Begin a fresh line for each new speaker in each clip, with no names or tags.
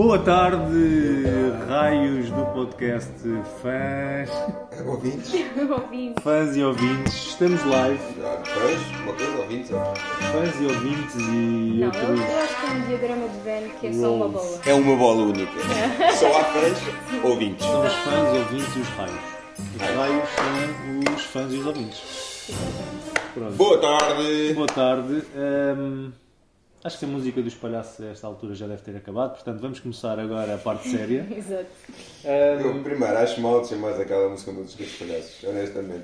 Boa tarde, raios do podcast fãs.
Ouvintes.
Fãs e ouvintes. Estamos live.
Fãs? Uma coisa, ouvintes.
Fãs e ouvintes e
Não,
outros.
eu acho que é um diagrama de Venn que é só uma bola.
É uma bola única. Só há fãs, ouvintes.
São os fãs, ouvintes e os raios. Os raios são os fãs e os ouvintes. Pronto.
Boa tarde.
Boa tarde. Acho que a música dos palhaços a esta altura já deve ter acabado, portanto vamos começar agora a parte séria.
Exato.
Eu primeiro acho mal de chamar aquela música dos palhaços, honestamente.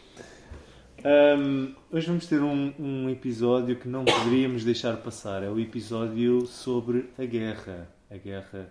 Hoje vamos ter um episódio que não poderíamos deixar passar. É o episódio sobre a guerra. A guerra.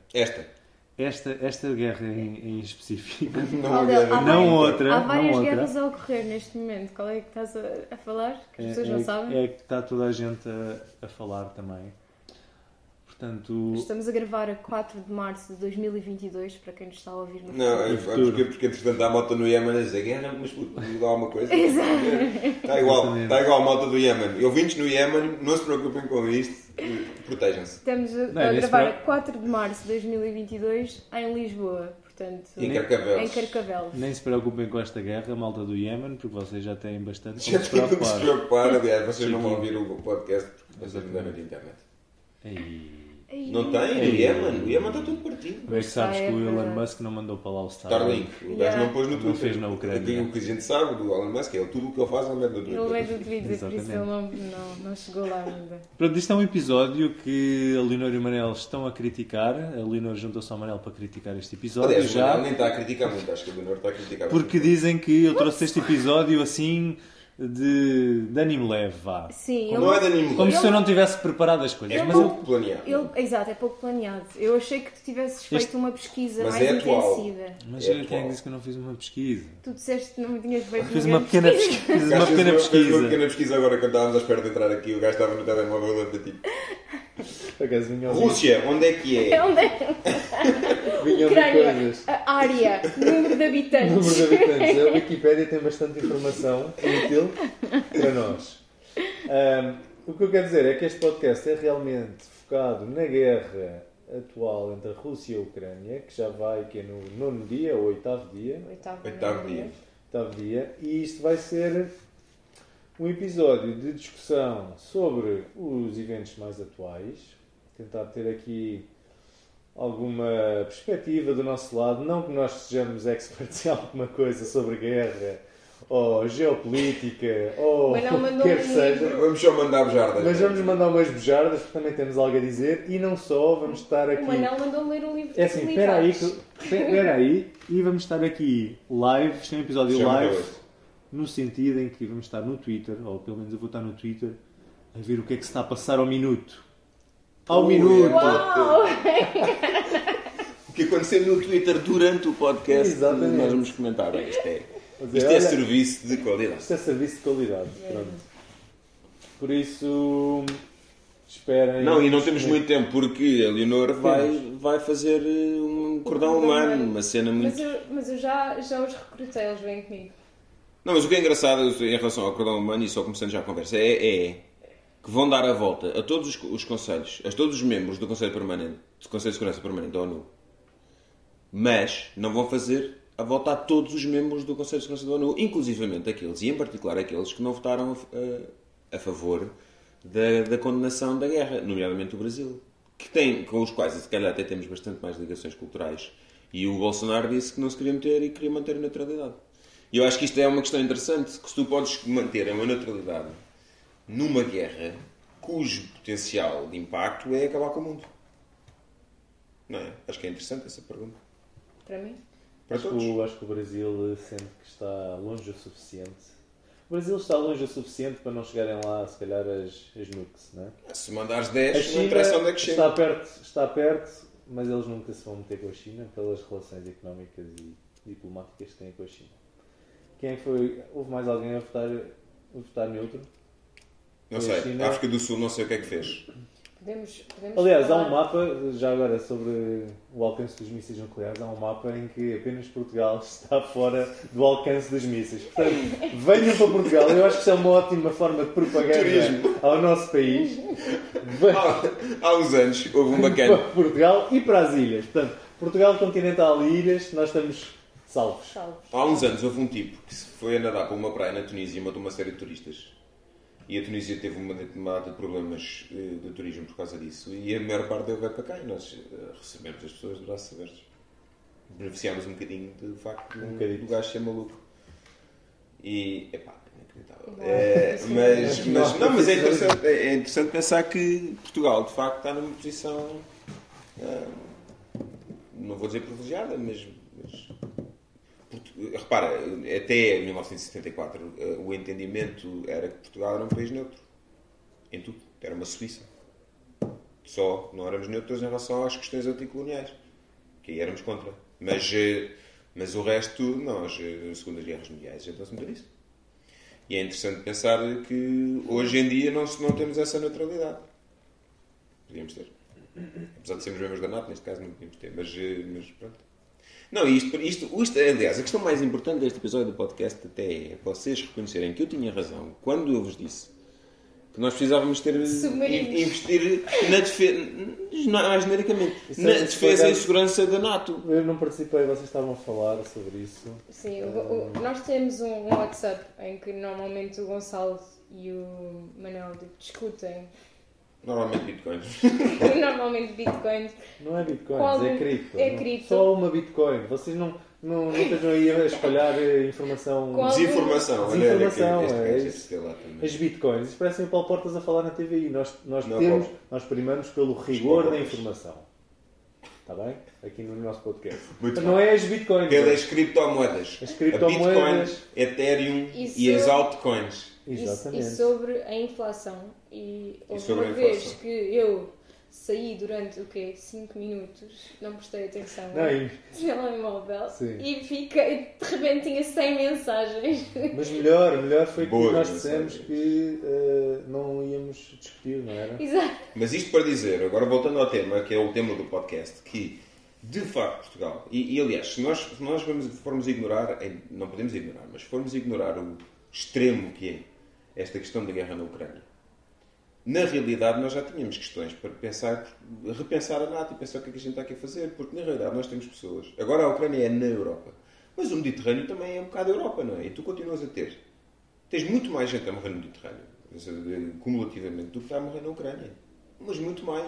Esta guerra em específico. Não outra.
Há várias
não outra.
guerras a ocorrer neste momento. Qual é que estás a falar? Que as pessoas não sabem?
É que está toda a gente a falar também. Portanto...
Estamos a gravar a 4 de março de 2022, para quem nos está a ouvir no
Não,
futuro.
porque entretanto há a malta no Iémen a dizer guerra, mas mudou alguma coisa.
Exato.
Está igual a malta do Iémen. Ouvintes no Iémen, não se preocupem com isto, protejam-se.
Estamos a gravar a 4 de março de 2022 em Lisboa. Portanto,
Em Carcavelos.
Em Carcavelos.
Nem se preocupem com esta guerra, malta do Iémen, porque vocês já têm bastante
Já
para se
tem que se
preocupar.
preocupar, aliás, vocês não vão ouvir o podcast porque vocês não devem de internet. Não tem? O Iémen está tudo partido.
Como é que sabes que o
Essa é
Elon
verdade.
Musk não mandou para lá o Starlink?
Starlink. O gajo não pôs no Twitter.
Não fez na Ucrânia.
O que a gente sabe do Elon Musk é tudo o que ele faz, ele mete no
Ele
Twitter.
é do Twitter, por isso
Exatamente.
ele não chegou lá ainda.
Pronto, isto é um episódio que a Leonor e o Manel estão a criticar. A Leonor juntou-se ao Manel para criticar este episódio.
Aliás,
já,
ele nem está a criticar muito, acho que o Leonor está a criticar
porque
muito.
dizem que eu trouxe este episódio assim de ânimo leve, vá.
Sim,
Não é de anime.
Como se eu não tivesse preparado as coisas.
É
Mas eu,
pouco planeado.
Exato, é pouco planeado. Eu achei que tu tivesses feito uma pesquisa
Mas
mais
é atual.
intensiva.
mas
É
quem
atual.
disse que eu não fiz uma pesquisa?
Tu disseste que não tinhas feito
Fiz
uma
uma pequena
pesquisa.
pesquisa.
O
Uma
gajo
pequena
fez uma
pesquisa.
pequena pesquisa agora quando estávamos à espera de entrar aqui. O gajo estava no telemóvel a tipo: Rússia, onde é que é?
Onde é?
Vinham de
Ucrânia,
coisas.
a área, número de habitantes.
Número de habitantes. A Wikipédia tem bastante informação útil para nós. O que eu quero dizer é que este podcast é realmente focado na guerra atual entre a Rússia e a Ucrânia, que já vai que é no 9º dia ou 8º dia.
Oitavo dia.
8º dia. E isto vai ser um episódio de discussão sobre os eventos mais atuais. Tentar ter aqui alguma perspectiva do nosso lado. Não que nós sejamos experts em alguma coisa sobre guerra ou geopolítica ou
Mas não
o que
mandou
quer que
um
seja.
Vamos só mandar bujardas.
Mas vamos mandar umas bujardas porque também temos algo a dizer. E não só, vamos estar aqui...
O Manel mandou ler um livro de
É assim, espera aí, e vamos estar aqui live, isto é um episódio
Chama
live,
dois.
no sentido em que vamos estar no Twitter, ou pelo menos eu vou estar no Twitter, a ver o que é que se está a passar ao minuto. Ao minuto!
Uau!
O que aconteceu no Twitter durante o podcast,
Exatamente.
nós vamos comentar. Bem, isto é
Olha,
serviço de qualidade.
Isto é serviço de qualidade, pronto. Por isso, esperem...
Não, e não temos muito tempo, porque a Leonor vai fazer um cordão humano, uma cena muito...
Mas eu já os recrutei, eles vêm comigo.
Não, mas o que é engraçado em relação ao cordão humano, e só começando já a conversa, é que vão dar a volta a todos os conselhos, a todos os membros do Conselho Permanente, do Conselho de Segurança Permanente da ONU, mas não vão fazer a volta a todos os membros do Conselho de Segurança da ONU, inclusivamente aqueles, e em particular aqueles que não votaram a favor da condenação da guerra, nomeadamente o Brasil, com os quais, se calhar, até temos bastante mais ligações culturais. E o Bolsonaro disse que não se queria meter e queria manter a neutralidade. E eu acho que isto é uma questão interessante, que se tu podes manter uma neutralidade numa guerra cujo potencial de impacto é acabar com o mundo. Não é? Acho que é interessante essa pergunta.
Para mim?
Para todos.
Acho que o Brasil sente que está longe o suficiente. O Brasil está longe o suficiente para não chegarem lá, se calhar, as nukes, não é?
Se mandares
A
10, não
China
interessa onde é que chega.
está perto, mas eles nunca se vão meter com a China pelas relações económicas e diplomáticas que têm com a China. Quem foi? Houve mais alguém a votar neutro?
Não
Foi a
sei.
China.
A África do Sul não sei o que é que fez.
Podemos
Aliás, há
falar.
um mapa, já agora sobre o alcance dos mísseis nucleares, há um mapa em que apenas Portugal está fora do alcance dos mísseis. Portanto, venham para Portugal. Eu acho que isso é uma ótima forma de propaganda
Turismo.
ao nosso país.
Há uns anos houve um bacana.
Para Portugal e para as ilhas. Portanto, Portugal continental e ilhas, nós estamos salvos.
Salvos.
Há uns anos houve um tipo que foi a nadar para uma praia na Tunísia e matou uma série de turistas. E a Tunísia teve uma data de problemas de turismo por causa disso. E a maior parte deu para cá e nós recebemos as pessoas de braços abertos. Beneficiámos um bocadinho do facto do gajo ser maluco. E, epá, inacreditável. Mas é interessante pensar que Portugal, de facto, está numa posição, não vou dizer privilegiada, mas repara, até 1974 o entendimento era que Portugal era um país neutro em tudo, era uma Suíça, só não éramos neutros em relação às questões anticoloniais, que aí éramos contra, mas o resto, nós, segundas guerras mundiais, já estamos muito nisso. E é interessante pensar que hoje em dia não temos essa neutralidade. Podíamos ter, apesar de sermos membros da NATO, neste caso não podíamos ter, mas pronto. Não, isto, aliás, a questão mais importante deste episódio do podcast até é vocês reconhecerem que eu tinha razão quando eu vos disse que nós precisávamos investir na defesa, mais genericamente, na defesa e segurança da NATO.
Eu não participei, vocês estavam a falar sobre isso.
Sim, nós temos um WhatsApp em que normalmente o Gonçalo e o Manuel discutem.
Normalmente bitcoins.
Normalmente bitcoins.
Não é bitcoins,
Qual
é cripto.
é cripto.
Só uma bitcoin. Vocês não estejam aí a espalhar informação.
Desinformação.
Desinformação,
Olha,
é
este lá também.
As bitcoins. Isso parecem o Paulo Portas a falar na TVI.
Não,
Nós primamos pelo rigor da informação. Está bem? Aqui no nosso podcast.
Muito
não
bem.
é as bitcoins.
Pelas criptomoedas.
As criptomoedas.
A Bitcoin, Ethereum e as altcoins.
Exatamente.
E sobre a inflação. E houve
sobre
uma
a
vez
inflação.
que eu saí durante 5 minutos, não prestei atenção
Não,
ao telemóvel
Sim.
e fiquei, de repente tinha 100 mensagens.
Mas melhor foi que
Boa,
nós
não
dissemos
sei.
que não íamos discutir, não era?
Exato.
Mas isto para dizer, agora voltando ao tema, que é o tema do podcast, que de facto Portugal, e aliás, se nós formos ignorar, não podemos ignorar, mas formos ignorar o extremo que é esta questão da guerra na Ucrânia, na realidade nós já tínhamos questões para repensar a NATO e pensar o que é que a gente está aqui a fazer, porque na realidade nós temos pessoas, agora a Ucrânia é na Europa, mas o Mediterrâneo também é um bocado Europa, não é? E tu continuas a tens muito mais gente a morrer no Mediterrâneo, cumulativamente, do que está a morrer na Ucrânia, mas muito mais.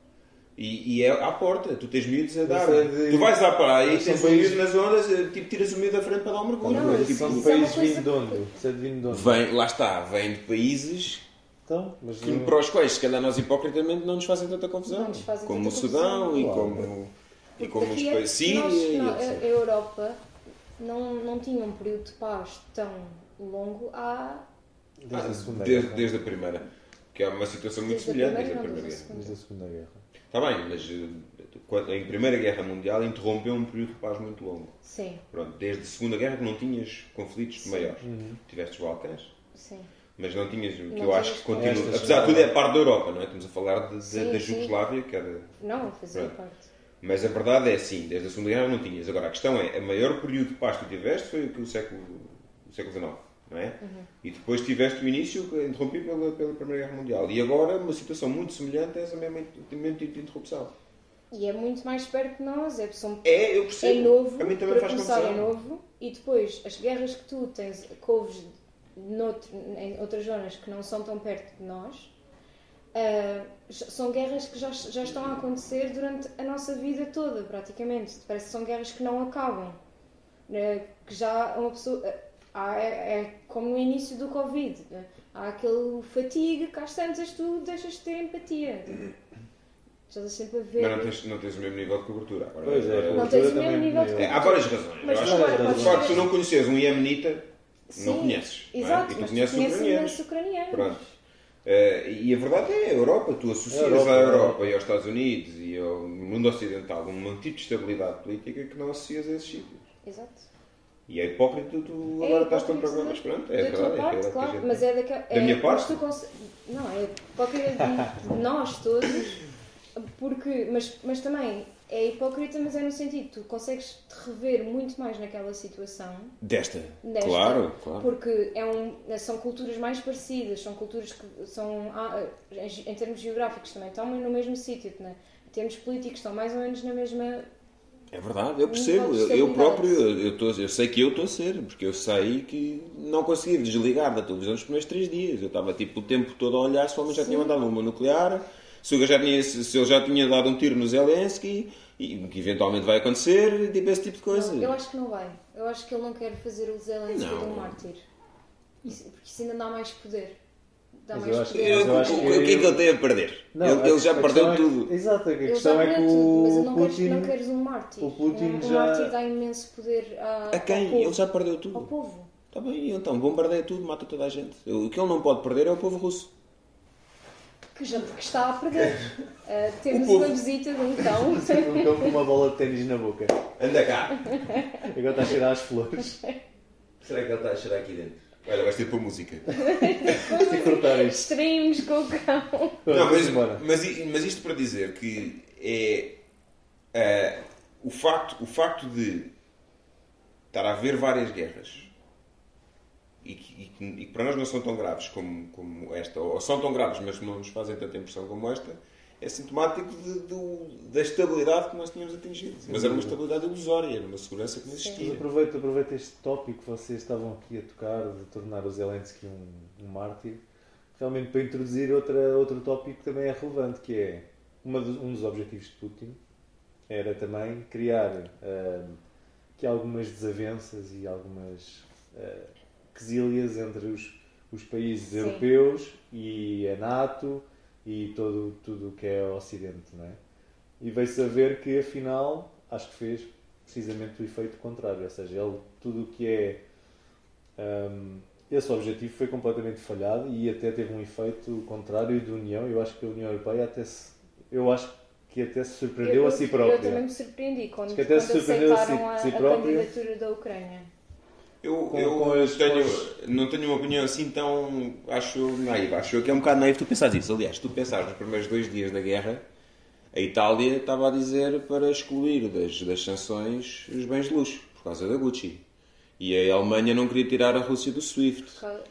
E é à porta, tu tens miúdos a dar. Tu vais à praia e tens um miúdo nas ondas, tipo, tiras o miúdo da frente para dar um mergulho.
Não,
Tipo,
São de
isso é uma
países
coisa-
vindo de onde? Isso é de vindo de onde?
lá está, vem de países
Então, mas
para os quais, se calhar, nós hipocritamente não nos fazem tanta confusão.
Não nos fazem
como
tanta
o Sudão
confusão.
e como os
Aqui
países Síria e
a
etc.
Europa não tinha um período de paz tão longo há...
desde a Segunda Guerra.
Desde a Primeira. Que é uma situação muito
Desde a
semelhante
Primeira,
desde a
não,
Primeira
desde a
Guerra.
Desde a Segunda Guerra.
Está bem, mas em Primeira Guerra Mundial interrompeu um período de paz muito longo.
Sim,
Pronto, desde a Segunda Guerra que não tinhas conflitos
Sim.
maiores. Tiveste os Balcãs,
sim.
mas não tinhas, que
Não
eu acho que
tinhas-
continua.
Estas
Apesar de tudo, é parte da Europa, não é? Estamos a falar
Sim,
da
sim.
Jugoslávia, que era.
Não, fazia
Pronto.
parte.
Mas a verdade é sim, desde a Segunda Guerra não tinhas. Agora, a questão é, o maior período de paz que tu tiveste foi o século XIX, não é? E depois tiveste o início interrompido pela Primeira Guerra Mundial. E agora, uma situação muito semelhante, é a mesmo tipo de interrupção.
E é muito mais perto de nós, eu
Eu percebo.
é novo,
A mim também
para
faz
começar
confusão.
é novo, e depois as guerras que tu tens, que ouves em outras zonas que não são tão perto de nós, são guerras que já estão a acontecer durante a nossa vida toda, praticamente. Parece que são guerras que não acabam. Que já uma pessoa... é como no início do Covid. Há aquele fatiga que às tantas tu deixas de ter empatia. Estás sempre a ver...
Mas não tens o mesmo nível de cobertura. Agora,
Pois é,
Não tens o
também
mesmo nível de
eu-
há várias razões.
Mas
eu acho
agora
que o
podes
facto de
ver-
tu não conheceres um iemenita, não
Sim,
conheces. não é?
Exato,
E tu
mas
conheces
tu conheces
ucranianos.
imenso ucranianos.
Pronto. E a verdade é a Europa. Tu associas
A Europa,
à Europa e aos Estados Unidos e ao mundo ocidental um tipo de estabilidade política que não associas a esses sítios.
Exato.
E é hipócrita tu agora estás tão preocupado. Mas pronto, é
da tua
verdade.
parte,
É
claro,
que a gente...
mas é daquela...
Da minha parte?
Não, é hipócrita de nós todos, porque... Mas também é hipócrita, mas é no sentido, tu consegues te rever muito mais naquela situação.
Desta. Claro.
Porque são culturas mais parecidas, são culturas que são, em termos geográficos também, estão no mesmo sítio, né? Em termos políticos estão mais ou menos na mesma...
É verdade, eu percebo. Eu próprio, eu sei que eu estou a ser, porque eu sei que não consegui desligar da televisão nos primeiros 3 dias. Eu estava tipo o tempo todo a olhar se o homem já tinha mandado uma nuclear, se ele já tinha dado um tiro no Zelensky, e que eventualmente vai acontecer, tipo esse tipo de coisa.
Não, eu acho que não vai. Eu acho que ele não quer fazer o Zelensky de um mártir. Porque isso ainda dá mais poder. Dá mais poder.
O que é que ele tem a perder? Não, ele já perdeu tudo.
Exato, a questão é que
o Putin... Mas não queres um mártir.
O Putin
um mártir dá imenso poder
a quem? Ele já perdeu tudo.
Ao povo.
Está bem, então bombardeia tudo, mata toda a gente. O que ele não pode perder é o povo russo.
Que está a perder. Temos uma visita de um cão.
Um cão com uma bola de ténis na boca.
Anda cá.
Agora está a cheirar as flores.
Será que ele está a cheirar aqui dentro? Olha, vais ter para música.
Tem que cortar isto.
Distraímos com o cão.
Não, mas isto para dizer que é o facto de estar a haver várias guerras e que para nós não são tão graves como esta, ou são tão graves, mas não nos fazem tanta impressão como esta, é sintomático da estabilidade que nós tínhamos atingido. Mas era uma estabilidade ilusória, era uma segurança que não existia.
Mas aproveito este tópico que vocês estavam aqui a tocar, de tornar o Zelensky um mártir, realmente para introduzir outro tópico que também é relevante, que é um dos objetivos de Putin era também criar que algumas desavenças e algumas quesílias entre os países europeus e a NATO e tudo o que é o Ocidente, não é? E veio-se a ver que, afinal, acho que fez precisamente o efeito contrário, ou seja, tudo o que é... esse objetivo foi completamente falhado e até teve um efeito contrário de união. Eu acho que a União Europeia até se surpreendeu a si própria.
Eu também me surpreendi quando
surpreendeu
aceitaram a candidatura da Ucrânia.
Eu não tenho uma opinião assim tão, acho naiva. Acho que é um bocado naivo tu pensares isso. Aliás, tu pensares nos primeiros 2 dias da guerra, a Itália estava a dizer para excluir das sanções os bens de luxo, por causa da Gucci. E a Alemanha não queria tirar a Rússia do SWIFT.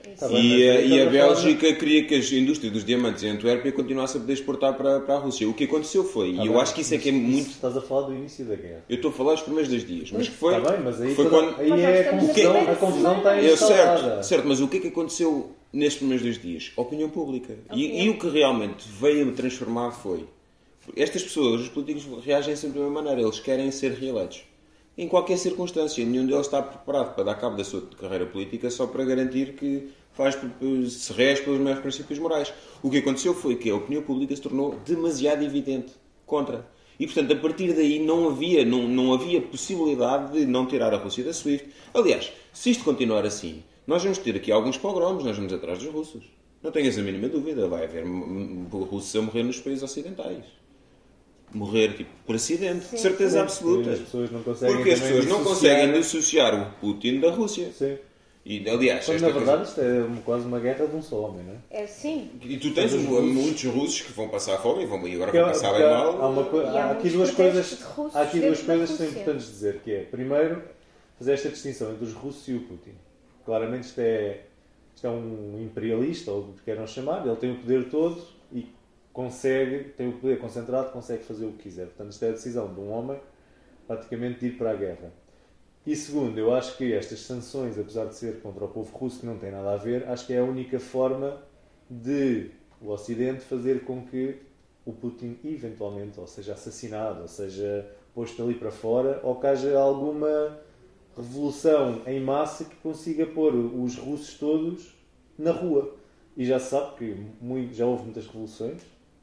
E a Bélgica queria que a indústria dos diamantes em Antuérpia continuasse a poder exportar para a Rússia. O que aconteceu foi, e eu acho que isso é que é muito...
Estás a falar do início da guerra.
Eu estou a falar dos primeiros 2 dias, mas que foi...
Está bem, mas aí,
foi quando...
aí é a confusão está instalada.
Certo, mas o que é que aconteceu nestes primeiros 2 dias? A opinião pública. E o que realmente veio a transformar foi... Estas pessoas, os políticos, reagem sempre da mesma maneira. Eles querem ser reeleitos. Em qualquer circunstância, nenhum deles está preparado para dar cabo da sua carreira política só para garantir que se rege pelos mesmos princípios morais. O que aconteceu foi que a opinião pública se tornou demasiado evidente contra. E, portanto, a partir daí não havia possibilidade de não tirar a Rússia da SWIFT. Aliás, se isto continuar assim, nós vamos ter aqui alguns pogroms, nós vamos atrás dos russos. Não tenhas a mínima dúvida, vai haver russos a morrer nos países ocidentais. Morrer tipo, por acidente, de certeza absoluta. Porque as pessoas não conseguem dissociar o Putin da Rússia.
Sim.
E, aliás,
na verdade, isto é quase uma guerra de um só homem, não é?
É sim.
E tu tens muitos russos que vão passar fome e agora vão passar bem mal.
Há aqui duas coisas que são importantes dizer, que é, primeiro, fazer esta distinção entre os russos e o Putin. Claramente isto é um imperialista, ou o que queiram chamar, ele tem o poder todo e tem o poder concentrado, consegue fazer o que quiser. Portanto, isto é a decisão de um homem, praticamente, de ir para a guerra. E segundo, eu acho que estas sanções, apesar de ser contra o povo russo, que não tem nada a ver, acho que é a única forma de o Ocidente fazer com que o Putin, eventualmente, ou seja assassinado, ou seja posto ali para fora, ou que haja alguma revolução em massa que consiga pôr os russos todos na rua. E já se sabe que já houve muitas revoluções,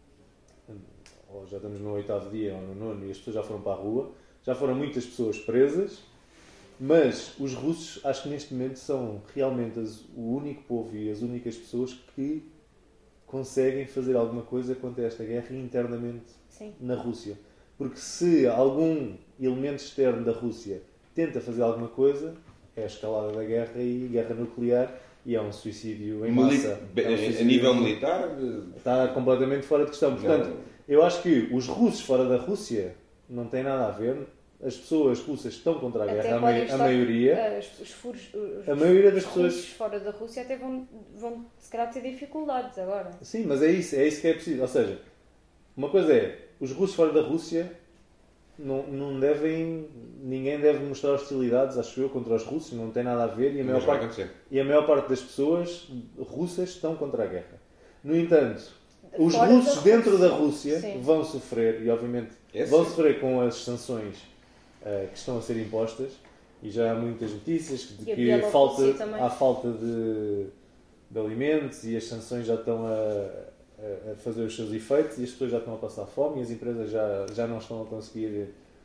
ou já estamos no 8º dia ou no 9º, e as pessoas já foram para a rua, já foram muitas pessoas presas, mas os russos, acho que neste momento são realmente o único povo e as únicas pessoas que conseguem fazer alguma coisa contra esta guerra internamente na Rússia. Porque se algum elemento externo da Rússia tenta fazer alguma coisa, é a escalada da guerra e guerra nuclear, e é um suicídio em
Mili-
massa. É um
a
suicídio
nível militar,
está completamente fora de questão. Portanto, eu acho que os russos fora da Rússia não têm nada a ver. As pessoas russas estão contra a
Até
guerra,
podem
a
estar-
maioria.
A
maioria das
os
pessoas-
russos fora da Rússia até vão se calhar ter dificuldades agora.
Sim, mas é isso que é preciso. Ou seja, uma coisa é, os russos fora da Rússia não devem, ninguém deve mostrar hostilidades, acho eu, contra os russos, não tem nada a ver, e a
mas vai acontecer.
maior parte das pessoas russas estão contra a guerra. No entanto, os
Fora
russos
da
dentro
Rússia.
da Rússia
Sim.
vão sofrer, e obviamente
É
vão
sim.
sofrer com as sanções que estão a ser impostas, e já há muitas notícias de
E a
que
Bielorrússia também.
há falta de alimentos, e as sanções já estão a fazer os seus efeitos, e as pessoas já estão a passar fome, e as empresas já não estão a conseguir...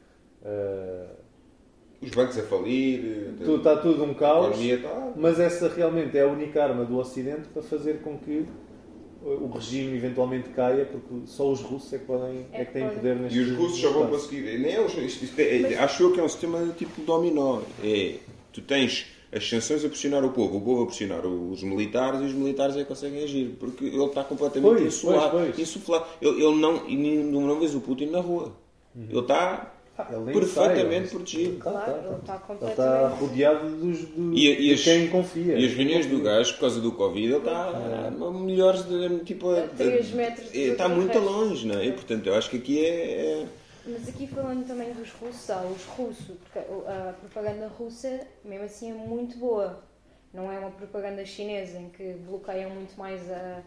Os bancos a falir,
está tudo um
a
caos,
economia está...
mas essa realmente é a única arma do Ocidente para fazer com que o regime eventualmente caia, porque só os russos é que têm poder neste
E os russos só vão
espaço.
conseguir. Nem é acho eu que é um sistema tipo dominó. Tu tens as sanções a pressionar o povo a pressionar os militares, e os militares é que conseguem agir, porque ele está completamente
Pois.
insuflado. Ele não vês o Putin na rua. Ele está
Ele nem
perfeitamente
sai,
protegido.
Claro, ele está
Ele está
completamente...
rodeado de quem confia.
E as reuniões do gajo, por causa do Covid, ele está a melhores de tipo
A 3 metros de
está
todo o
muito
resto.
longe, não é? E, portanto, eu acho que aqui é
Mas aqui falando também dos russos, os russos, porque a propaganda russa, mesmo assim, é muito boa. Não é uma propaganda chinesa em que bloqueiam muito mais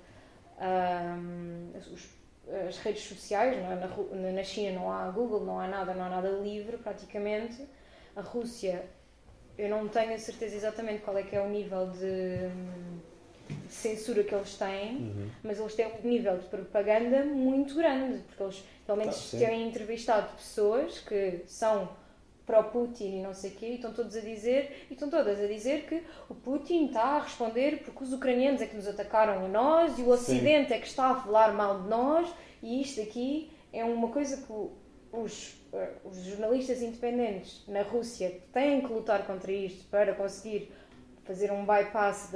as redes sociais. Não é? Na China não há Google, não há nada livre praticamente. A Rússia, eu não tenho a certeza exatamente qual é que é o nível de censura que eles têm, mas eles têm um nível de propaganda muito grande, porque eles pelo menos têm entrevistado pessoas que são pró-Putin e não sei o quê, e estão todas a dizer que o Putin está a responder porque os ucranianos é que nos atacaram a nós e o Ocidente é que está a falar mal de nós, e isto aqui é uma coisa que os jornalistas independentes na Rússia têm que lutar contra isto para conseguir fazer um bypass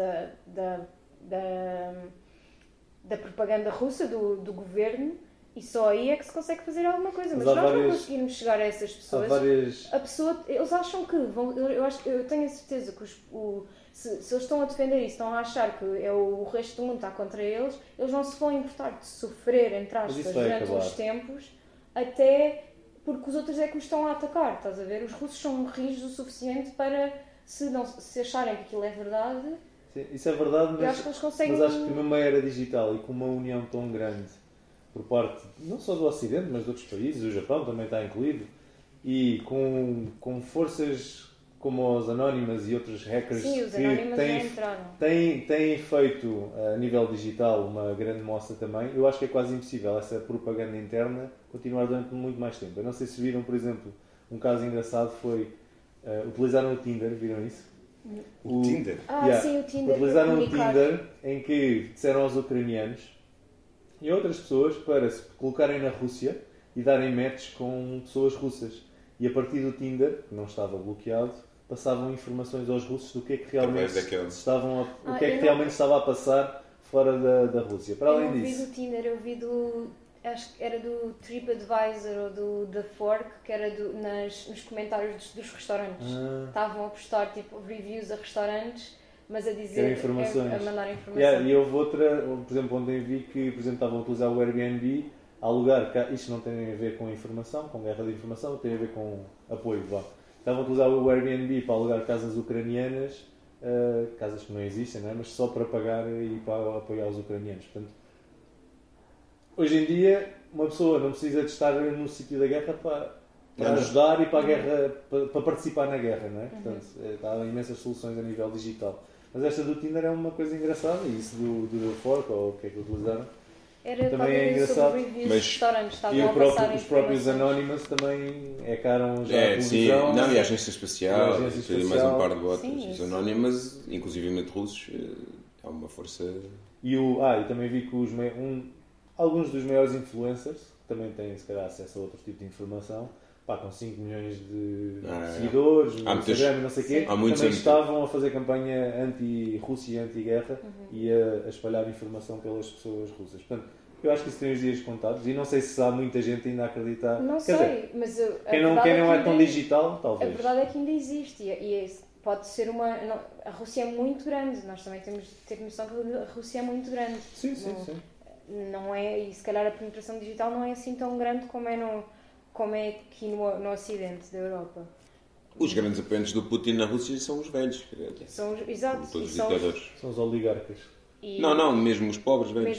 da propaganda russa, do governo, e só aí é que se consegue fazer alguma coisa. Mas nós não conseguirmos chegar a essas pessoas. Eles acham que vão. Eu tenho a certeza que se eles estão a defender isso, estão a achar que o resto do mundo está contra eles, eles não se vão importar de sofrer, entre aspas, durante uns tempos, até porque os outros é que os estão a atacar. Estás a ver? Os russos são rígidos o suficiente para, se acharem que aquilo é verdade.
Sim, isso é verdade,
eu acho que eles conseguem...
mas acho que numa era digital e com uma união tão grande por parte, não só do Ocidente, mas de outros países, o Japão também está incluído, e com forças como os Anonymous e outros hackers que têm feito a nível digital uma grande moça também, eu acho que é quase impossível essa propaganda interna continuar durante muito mais tempo. Eu não sei se viram, por exemplo, um caso engraçado foi, utilizaram o Tinder, viram isso?
O Tinder?
Sim, o Tinder.
Utilizaram o Tinder em que disseram aos ucranianos e a outras pessoas para se colocarem na Rússia e darem match com pessoas russas. E a partir do Tinder, que não estava bloqueado, passavam informações aos russos do que é que realmente realmente estava a passar fora da Rússia. Para além disso...
Eu vi do Tinder, eu vi acho que era do TripAdvisor ou do The Fork, que era nos comentários dos restaurantes. Estavam a postar tipo reviews a restaurantes, mas a dizer, a mandar informações.
E houve outra, por exemplo, ontem vi que, por exemplo, estavam a utilizar o Airbnb a alugar, isto não tem a ver com informação, com guerra de informação, tem a ver com apoio, Estavam a utilizar o Airbnb para alugar casas ucranianas, casas que não existem, não é? Mas só para pagar e para apoiar os ucranianos. Portanto, hoje em dia, uma pessoa não precisa de estar no sítio da guerra para ajudar e para a guerra, para participar na guerra, não é? Portanto, há imensas soluções a nível digital. Mas esta do Tinder é uma coisa engraçada, e isso do Fork, ou o que é que utilizaram, também é engraçado.
E
os próprios Anonymous também hackaram já a televisão.
E a agência espacial, e mais um par de botas. Os Anonymous, inclusivamente russos, há uma força...
E também vi que alguns dos maiores influencers também têm, se calhar, acesso a outro tipo de informação. Pá, com 5 milhões de seguidores no Instagram e não sei o quê, também estavam a fazer campanha anti-Rússia e anti-guerra e a espalhar informação pelas pessoas russas. Portanto, eu acho que isso tem os dias contados e não sei se há muita gente ainda a acreditar.
Não sei,
dizer,
mas
quem não é tão digital, talvez.
A verdade é que ainda existe pode ser a Rússia é muito grande, nós também temos de ter noção que a Rússia é muito grande.
Sim.
Não é, e se calhar a penetração digital não é assim tão grande como é aqui no Ocidente da Europa.
Os grandes apoiantes do Putin na Rússia são os velhos.
Exato.
Todos os ditadores.
São os oligarcas.
Não, mesmo os pobres velhos.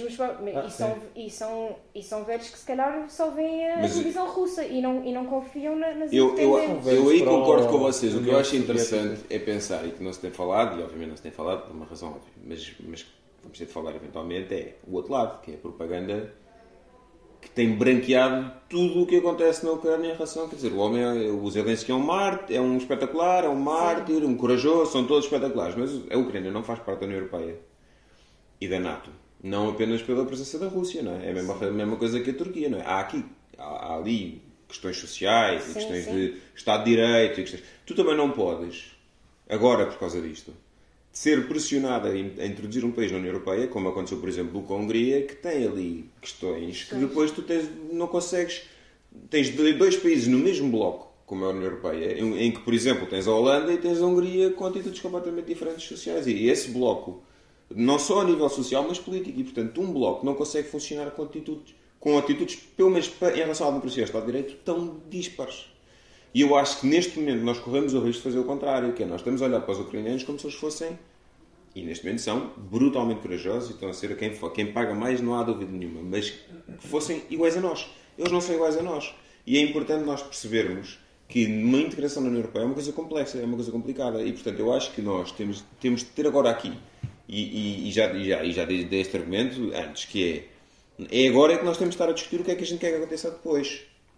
E são velhos que se calhar só veem a televisão russa e não confiam nas
independentes. Eu aí concordo com vocês. O que eu acho interessante é pensar, e que não se tem falado, e obviamente não se tem falado por uma razão óbvia, mas vamos ter de falar eventualmente, é o outro lado, que é a propaganda que tem branqueado tudo o que acontece na Ucrânia em relação, quer dizer, o Zelensky é um espetacular, é um mártir, um corajoso, são todos espetaculares, mas a Ucrânia não faz parte da União Europeia e da NATO, não apenas pela presença da Rússia, não é? É a mesma coisa que a Turquia, não é? Há ali questões sociais, questões de Estado de Direito, tu também não podes, agora por causa disto, ser pressionada a introduzir um país na União Europeia, como aconteceu, por exemplo, com a Hungria, que tem ali questões que depois tu não consegues... Tens dois países no mesmo bloco, como é a União Europeia, em que, por exemplo, tens a Holanda e tens a Hungria com atitudes completamente diferentes sociais. E esse bloco, não só a nível social, mas político. E, portanto, um bloco não consegue funcionar com atitudes pelo menos em relação à democracia e ao Estado de Direito, tão dispares. E eu acho que neste momento nós corremos o risco de fazer o contrário, que é nós estamos a olhar para os ucranianos como se eles fossem, e neste momento são, brutalmente corajosos e estão a ser quem paga mais, não há dúvida nenhuma, mas que fossem iguais a nós. Eles não são iguais a nós. E é importante nós percebermos que uma integração na União Europeia é uma coisa complexa, é uma coisa complicada. E, portanto, eu acho que nós temos de ter agora aqui, e já dei este argumento antes, que é agora que nós temos de estar a discutir o que é que a gente quer que aconteça depois.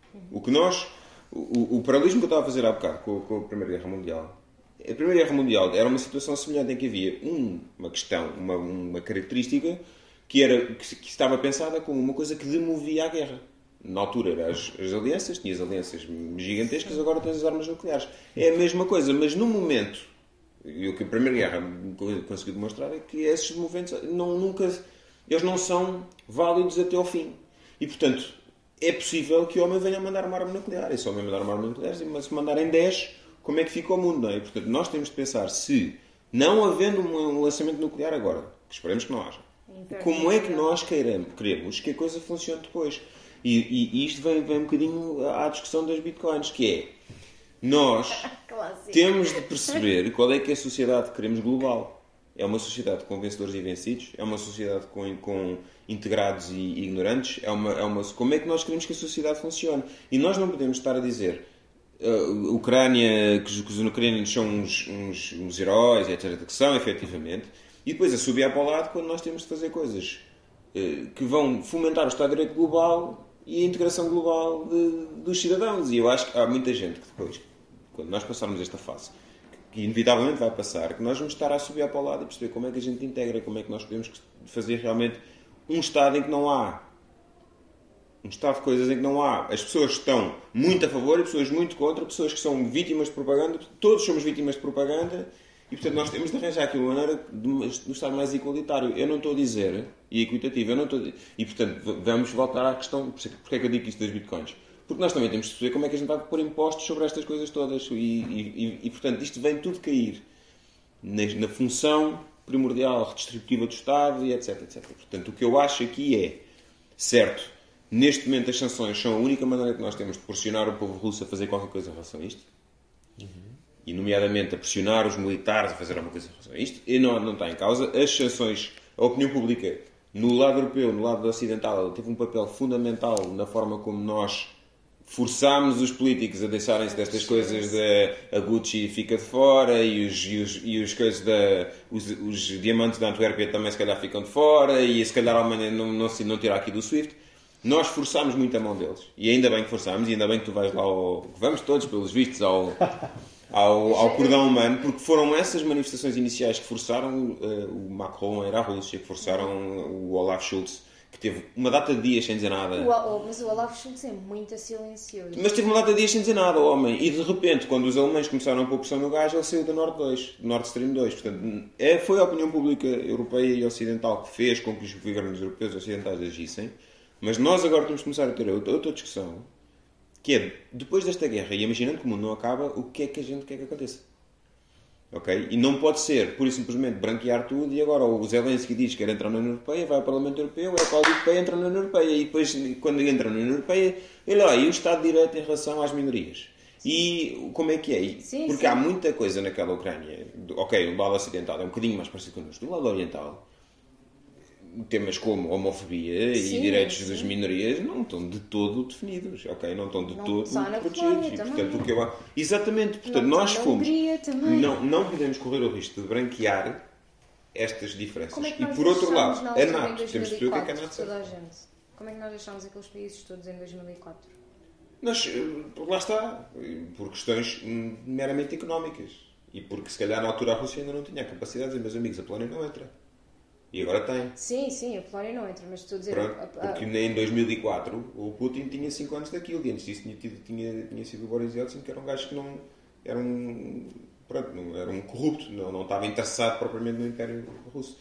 O paralelismo que eu estava a fazer há bocado com a Primeira Guerra Mundial. A Primeira Guerra Mundial era uma situação semelhante em que havia uma questão, uma característica que estava pensada como uma coisa que demovia a guerra. Na altura eram as alianças, tinhas alianças gigantescas, agora tens as armas nucleares. É a mesma coisa, mas no momento, e o que a Primeira Guerra conseguiu demonstrar é que esses movimentos eles não são válidos até ao fim. E, portanto, é possível que o homem venha a mandar uma arma nuclear. E se o homem mandar uma arma nuclear, se mandarem 10, como é que fica o mundo, não é? E, portanto, nós temos de pensar se, não havendo um lançamento nuclear agora, que esperemos que não haja, como é que nós queremos que a coisa funcione depois? E isto vem um bocadinho à discussão das bitcoins, que é, nós temos de perceber qual é que é a sociedade que queremos global. É uma sociedade com vencedores e vencidos? É uma sociedade com integrados e ignorantes? Como é que nós queremos que a sociedade funcione? E nós não podemos estar a dizer Ucrânia, que os ucranianos são uns heróis, etc., que são, efetivamente, e depois assobiar para o lado quando nós temos de fazer coisas que vão fomentar o Estado de Direito global e a integração global dos cidadãos. E eu acho que há muita gente que depois, quando nós passarmos esta fase, que inevitavelmente vai passar, que nós vamos estar a subir para o lado e perceber como é que a gente integra, como é que nós podemos fazer realmente um Estado em que não há um estado de coisas em que não há as pessoas que estão muito a favor e pessoas muito contra, pessoas que são vítimas de propaganda, todos somos vítimas de propaganda e, portanto, nós temos de arranjar aqui uma maneira de estar mais igualitário. Eu não estou a dizer, e equitativo, e, portanto, vamos voltar à questão, porque é que eu digo isto das bitcoins? Porque nós também temos de perceber como é que a gente vai pôr impostos sobre estas coisas todas e portanto, isto vem tudo cair na função primordial, redistributiva do Estado e etc. Portanto, o que eu acho aqui é, certo, neste momento as sanções são a única maneira que nós temos de pressionar o povo russo a fazer qualquer coisa em relação a isto, e nomeadamente a pressionar os militares a fazer alguma coisa em relação a isto, e não está em causa. As sanções, a opinião pública, no lado europeu, no lado ocidental, ela teve um papel fundamental na forma como nós forçámos os políticos a deixarem-se destas coisas a Gucci fica de fora e os diamantes da Antuérpia também se calhar ficam de fora e se calhar a Alemanha não tirar aqui do SWIFT. Nós forçámos muito a mão deles e ainda bem que forçámos e ainda bem que tu vais lá vamos todos pelos vistos ao cordão humano, porque foram essas manifestações iniciais que forçaram o Macron a ir à Rússia, que forçaram o Olaf Scholz, que teve uma data de dias sem dizer nada.
Mas o Olaf Scholz é muito silencioso.
Mas teve uma data de dias sem dizer nada, o homem. E de repente, quando os alemães começaram a pôr pressão no gajo, ele saiu da Nord Stream 2. Portanto, foi a opinião pública europeia e ocidental que fez com que os governos europeus e ocidentais agissem. Mas nós agora temos de começar a ter outra discussão, que é, depois desta guerra, e imaginando que o mundo não acaba, o que é que a gente quer que aconteça? Okay? E não pode ser, pura e simplesmente, branquear tudo e agora o Zelensky diz que quer entrar na União Europeia, vai ao Parlamento Europeu, é aplaudido para entrar na União Europeia e depois, quando entra na União Europeia, ele, e o Estado de Direito em relação às minorias? E como é que é?
Sim,
porque há muita coisa naquela Ucrânia. Ok, o lado ocidental é um bocadinho mais parecido connosco. Do lado oriental, temas como homofobia e direitos das minorias não estão de todo definidos, ok? Não estão de todo protegidos. E, portanto, exatamente, portanto, nós fomos. Não podemos correr o risco de branquear estas diferenças.
E
por outro lado, a NATO, temos de perceber o que é a NATO.
Como é que nós deixámos aqueles países todos em 2004?
Lá está, por questões meramente económicas. E porque se calhar na altura a Rússia ainda não tinha a capacidade de dizer, meus amigos, a Polónia não entra. E agora tem.
Sim, a Polónia não entra, mas estou a dizer...
Pronto, porque em 2004 o Putin tinha 5 anos daquilo e antes disso tinha sido o Boris Yeltsin, que era um gajo que não... Era um corrupto, não estava interessado propriamente no Império Russo.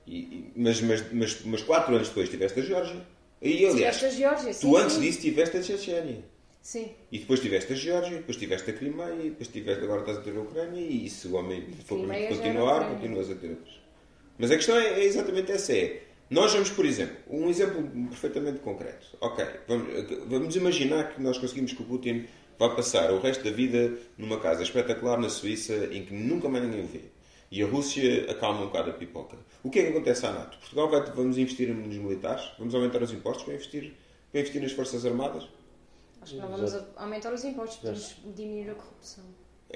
Mas 4 anos depois tiveste a Geórgia. E aliás,
tiveste a Geórgia,
tu antes disso tiveste a Chechênia.
Sim.
E depois tiveste a Geórgia, depois tiveste a Crimeia, e depois agora estás a ter a Ucrânia e se o homem for continuar, continuas a ter outras. Mas a questão é exatamente essa. Nós vamos, por exemplo, um exemplo perfeitamente concreto. Ok, vamos imaginar que nós conseguimos que o Putin vá passar o resto da vida numa casa espetacular na Suíça em que nunca mais ninguém o vê. E a Rússia acalma um bocado a pipoca. O que é que acontece à NATO? Portugal vamos investir nos militares? Vamos aumentar os impostos para investir nas Forças Armadas?
Acho que não vamos aumentar os impostos, podemos diminuir a corrupção.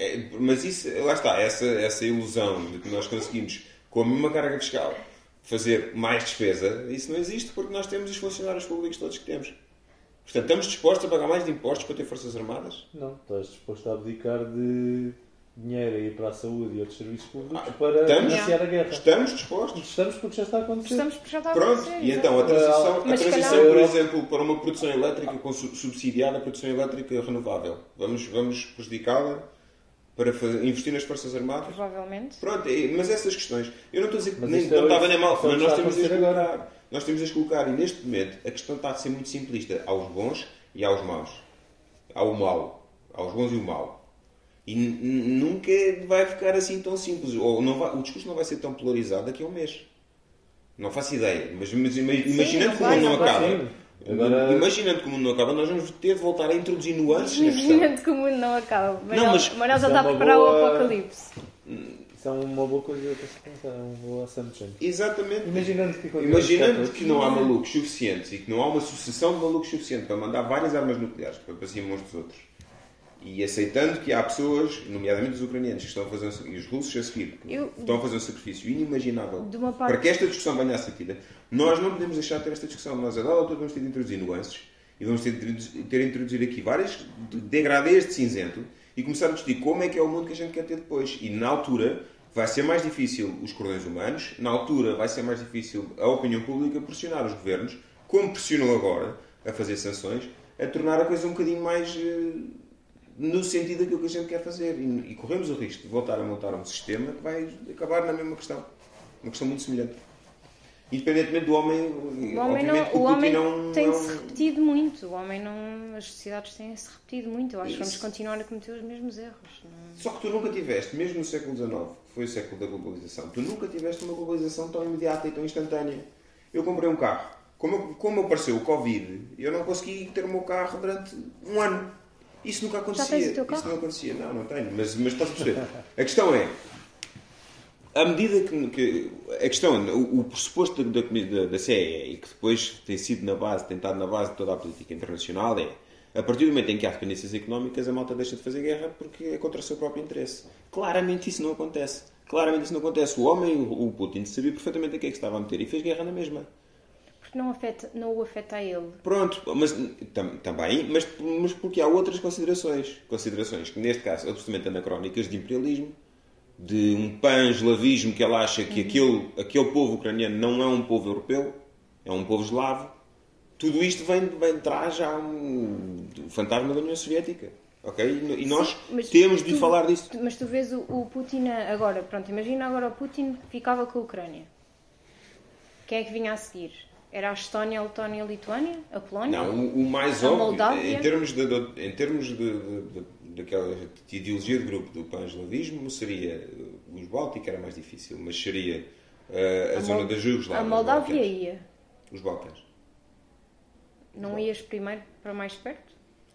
Mas isso, lá está, essa ilusão de que nós conseguimos, com a mesma carga fiscal, fazer mais despesa, isso não existe porque nós temos os funcionários públicos todos que temos. Portanto, estamos dispostos a pagar mais de impostos para ter Forças Armadas?
Não, estás disposto a abdicar de dinheiro a ir para a saúde e outros serviços públicos para financiar a guerra.
Estamos dispostos.
Estamos porque já está a acontecer.
Pronto, e então a transição, por exemplo, para uma produção elétrica subsidiada, produção elétrica renovável. Vamos prejudicá-la para investir nas Forças Armadas?
Provavelmente.
Pronto, mas essas questões, eu não estou a dizer que não estava nem mal, mas nós temos de colocar. Nós temos de colocar, e neste momento a questão está a ser muito simplista aos bons e aos maus. Ao mau. Aos bons e o mau. E nunca vai ficar assim tão simples. Ou o discurso não vai ser tão polarizado daqui a um mês. Não faço ideia. Mas imaginando que o mundo não acaba. Agora... Imaginando que o mundo não acaba, nós vamos ter de voltar a introduzir nuances na questão.
Imaginando que o mundo não acaba. Mas Manuel já está a preparar o apocalipse.
Isso é uma boa coisa para se pensar, é uma boa assumption.
Exatamente.
Imaginando
que não há malucos suficientes e que não há uma sucessão de malucos suficiente para mandar várias armas nucleares para cima uns dos outros. E aceitando que há pessoas, nomeadamente os ucranianos, que estão a fazer e os russos a seguir, que estão a fazer um sacrifício inimaginável para que esta discussão venha a ser tida, nós não podemos deixar de ter esta discussão. Nós, a dada altura, vamos ter de introduzir nuances e vamos ter de introduzir aqui várias degradês de cinzento e começar a discutir como é que é o mundo que a gente quer ter depois. E na altura vai ser mais difícil os cordões humanos, na altura vai ser mais difícil a opinião pública pressionar os governos, como pressionam agora, a fazer sanções, a tornar a coisa um bocadinho mais... no sentido daquilo que a gente quer fazer. E corremos o risco de voltar a montar um sistema que vai acabar na mesma questão. Uma questão muito semelhante. Independentemente do homem...
O homem tem-se repetido muito. As sociedades têm-se repetido muito. Eu acho que vamos continuar a cometer os mesmos erros.
Só que tu nunca tiveste, mesmo no século XIX, que foi o século da globalização, tu nunca tiveste uma globalização tão imediata e tão instantânea. Eu comprei um carro. Como apareceu o Covid, eu não consegui ter o meu carro durante um ano. Isso nunca acontecia.
Já tens o teu carro?
Isso não acontecia. Não tenho. Mas estás a perceber. A questão é, à medida que a questão, o pressuposto da CEE, e que depois tem sido tentado na base de toda a política internacional, é, a partir do momento em que há dependências económicas, a malta deixa de fazer guerra porque é contra o seu próprio interesse. Claramente isso não acontece. O homem, o Putin, sabia perfeitamente a que é que estava a meter e fez guerra na mesma.
Porque não o afeta a ele.
Pronto, mas também, mas porque há outras considerações. Considerações que, neste caso, absolutamente anacrónicas de imperialismo, de um pan-eslavismo que ela acha que aquele povo ucraniano não é um povo europeu, é um povo eslavo. Tudo isto vem de trás já o fantasma da União Soviética. Ok? E nós temos de falar disso.
Mas tu vês o Putin agora, pronto, imagina agora o Putin que ficava com a Ucrânia. Quem é que vinha a seguir? Era a Estónia, a Letónia, a Lituânia? A Polónia?
Não, o mais
a
óbvio,
Moldávia?
em termos daquela de ideologia de grupo do pan-eslavismo, seria os Bálticos, era mais difícil, mas seria a zona da Jugoslávia.
A Moldávia ia.
Os Balcãs.
Não ias primeiro para mais perto?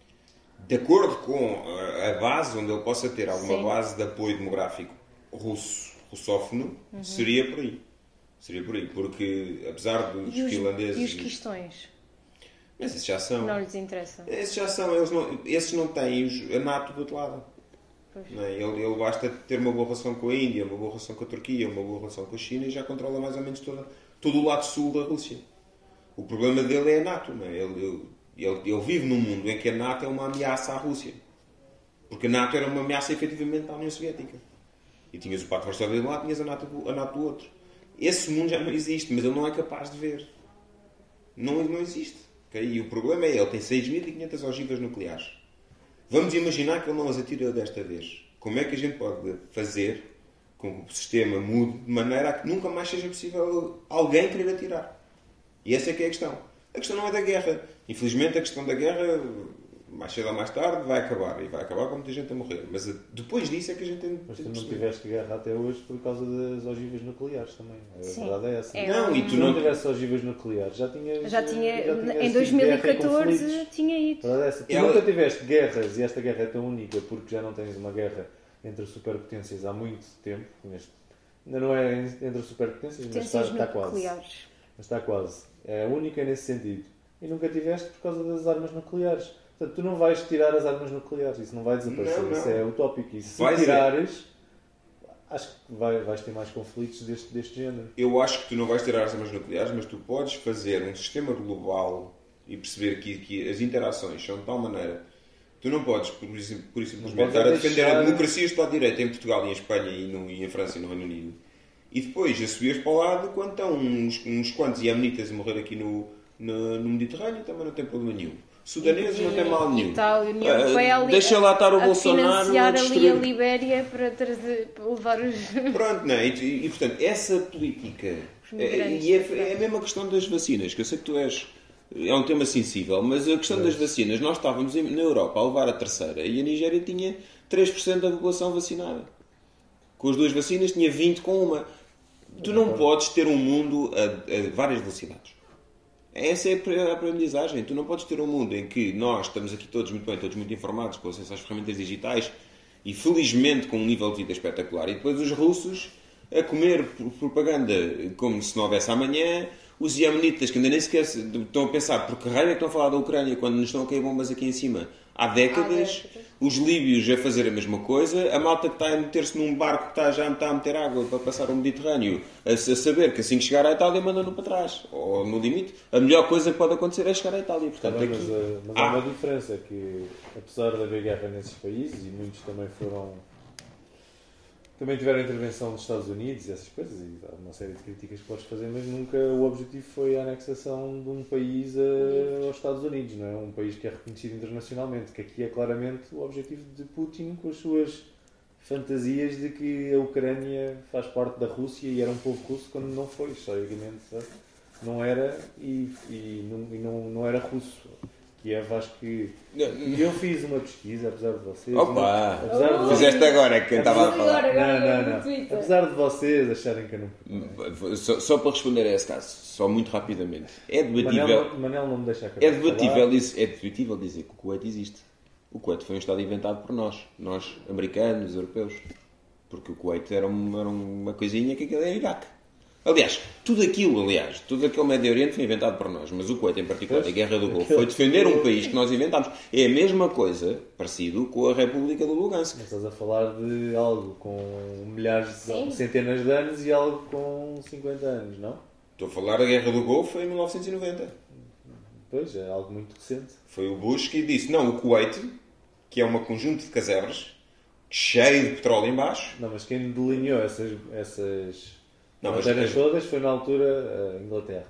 De acordo com a base onde ele possa ter alguma
Sim.
base de apoio demográfico russófono, seria por aí. Seria por aí, porque apesar dos finlandeses...
E os quistões?
Mas esses já são...
Não lhes interessa.
Esses já são, esses não têm a NATO do outro lado. Não é? Ele basta ter uma boa relação com a Índia, uma boa relação com a Turquia, uma boa relação com a China e já controla mais ou menos todo o lado sul da Rússia. O problema dele é a NATO. Não é? Ele vive num mundo em que a NATO é uma ameaça à Rússia. Porque a NATO era uma ameaça efetivamente à União Soviética. E tinhas o Pacto de Varsóvia de um lado, tinhas a NATO do outro. Esse mundo já não existe, mas ele não é capaz de ver. Não existe. Okay? E o problema é ele tem 6.500 ogivas nucleares. Vamos imaginar que ele não as atira desta vez. Como é que a gente pode fazer com que o sistema mude de maneira a que nunca mais seja possível alguém querer atirar? E essa é que é a questão. A questão não é da guerra. Infelizmente a questão da guerra, mais cedo ou mais tarde, vai acabar. E vai acabar com muita gente a morrer. Mas depois disso é que a gente tem...
Mas tu não tiveste guerra até hoje por causa das ogivas nucleares também. A verdade é essa.
Não, e
tu não tivesse ogivas nucleares, já tinha
em 2014 tinha ido.
A verdade é essa. Tu nunca tiveste guerras, e esta guerra é tão única porque já não tens uma guerra entre superpotências há muito tempo. Ainda não é entre superpotências, mas está quase. Mas está quase. É única nesse sentido. E nunca tiveste por causa das armas nucleares. Portanto, tu não vais tirar as armas nucleares. Isso não vai desaparecer.
Não.
Isso é utópico. E se tirares, acho que vais ter mais conflitos deste género.
Eu acho que tu não vais tirar as armas nucleares, mas tu podes fazer um sistema global e perceber que as interações são de tal maneira... Tu não podes, por isso simplesmente, estar a defender a democracia e o Estado de Direito em Portugal, em Espanha e em França e no Reino Unido. E depois a subires para o lado, quando estão uns quantos iemenitas a morrer aqui no Mediterrâneo, também não tem problema nenhum. Sudaneses não tem mal nenhum. Deixa lá estar o Bolsonaro
a financiar ali a Libéria para levar os...
Pronto, não é? E portanto, essa política... é a mesma questão das vacinas, que eu sei que tu és... É um tema sensível, mas a questão das vacinas, nós estávamos na Europa a levar a terceira e a Nigéria tinha 3% da população vacinada. Com as 2 vacinas tinha 20 com uma. Tu não podes ter um mundo a várias velocidades. Essa é a aprendizagem. Tu não podes ter um mundo em que nós estamos aqui todos muito bem, todos muito informados, com acesso às ferramentas digitais e felizmente com um nível de vida espetacular. E depois os russos a comer propaganda como se não houvesse amanhã. Os iemenitas que ainda nem sequer estão a pensar por que raio é que estão a falar da Ucrânia quando nos estão a cair bombas aqui em cima há décadas. Os líbios a fazer a mesma coisa, a malta que está a meter-se num barco que já está a meter água para passar o Mediterrâneo, a saber que assim que chegar à Itália mandam-no para trás, ou no limite, a melhor coisa que pode acontecer é chegar à Itália. Portanto,
também, mas há uma diferença, que apesar de haver guerra nesses países, e muitos também tiveram intervenção dos Estados Unidos e essas coisas, e há uma série de críticas que podes fazer, mas nunca o objetivo foi a anexação de um país aos Estados Unidos, não é? Um país que é reconhecido internacionalmente, que aqui é claramente o objetivo de Putin com as suas fantasias de que a Ucrânia faz parte da Rússia e era um povo russo quando não foi, historicamente, sabe? Não era e não era russo. Acho que eu fiz uma pesquisa, apesar de vocês...
Opa! Fizeste agora, quem estava a falar.
Não. Apesar de vocês acharem que eu não...
Só para responder a esse caso, só muito rapidamente. É debatível...
Manel não me deixa acabar.
É debatível dizer que o Kuwait existe. O Kuwait foi um Estado inventado por nós, americanos, europeus. Porque o Kuwait era uma coisinha que aquilo era Iraque. Aliás, tudo aquele Médio Oriente foi inventado por nós, mas o Kuwait em particular, a Guerra do Golfo, foi defender um país que nós inventámos. É a mesma coisa, parecido com a República do Lugansk.
Mas estás a falar de algo com centenas de anos e algo com 50 anos, não?
Estou a falar da Guerra do Golfo em 1990.
Pois, é algo muito recente.
Foi o Bush que disse, não, o Kuwait, que é um conjunto de casebres, cheio de petróleo em baixo...
Não, mas quem delineou essas... As matérias todas foi na altura a Inglaterra.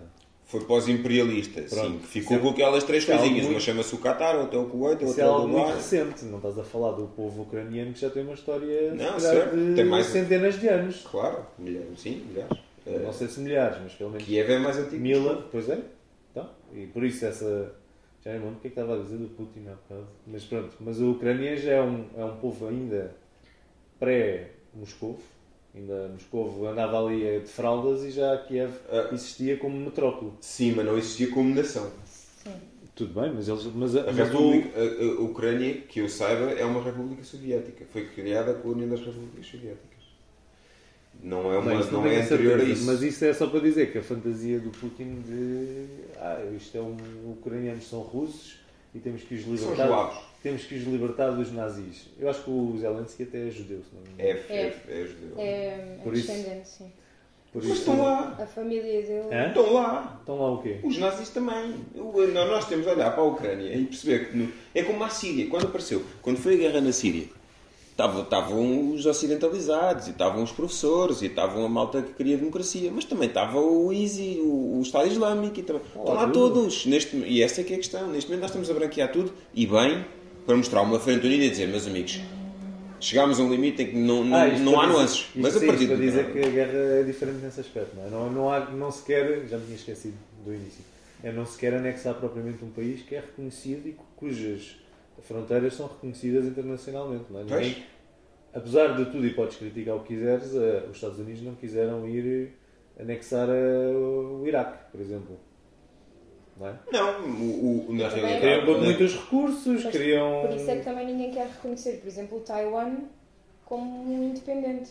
Foi pós-imperialista,
Pronto.
sim, que ficou com aquelas três
Isso é algo
coisinhas.
muito-
Uma chama-se o Qatar, outra é o Kuwait,
Isso
outra
é
é o
algo muito
Dubai.
recente, não estás a falar do povo ucraniano que já tem uma história se
Não,
calhar,
certo.
de
Tem mais-
centenas de anos.
Claro, milhares, sim, milhares.
Não sei se milhares, mas pelo menos
Kiev é mais antigo.
mil, pois é. Então, e por isso essa. Já não lembro o que é que estava a dizer do Putin há bocado. Mas pronto, mas o Ucrânia já é um povo ainda pré-Moscovo. Ainda Moscovo andava ali de fraldas e já Kiev existia como metrópole.
Sim, mas não existia como nação.
Tudo bem, mas eles. Mas,
A Ucrânia, que eu saiba, é uma república soviética. Foi criada com a União das Repúblicas Soviéticas. Não é,
isso
não
tenho
é
a
anterior a
certeza,
isso.
mas isso é só para dizer que a fantasia do Putin de isto é ucranianos são russos e temos que os
São
libertar.
eslavos.
Temos que os libertar dos nazis. Eu acho que o Zelensky até é judeu, se não me engano.
É judeu.
É
Por isso-
descendente, sim.
Por
Mas
isso-
estão lá.
A família dele.
Hã?
Estão lá.
Estão lá o quê?
Os nazis também. Nós temos de olhar para a Ucrânia e perceber que é como a Síria. Quando apareceu, quando foi a guerra na Síria, estavam os ocidentalizados, e estavam os professores, e estavam a malta que queria democracia, mas também estava o ISI, o Estado Islâmico, estão lá
tudo.
todos. E essa é que é a questão. Neste momento nós estamos a branquear tudo, e bem, para mostrar uma frente unida e dizer, meus amigos, chegámos a um limite em que não
isto
há
para dizer-
nuances.
isto
Mas a
sim,
partir
isto para
de
dizer que a guerra é diferente nesse aspecto, não é? Não se quer, já me tinha esquecido do início, não se quer anexar propriamente um país que é reconhecido e cujas fronteiras são reconhecidas internacionalmente, não é?
Pois.
Ninguém, apesar de tudo, e podes criticar o que quiseres, os Estados Unidos não quiseram ir anexar o Iraque, por exemplo. Não é?
Não, na
Também
realidade.
Queriam muitos recursos,
Mas
queriam...
Por isso é que também ninguém quer reconhecer, por exemplo, o Taiwan como um independente.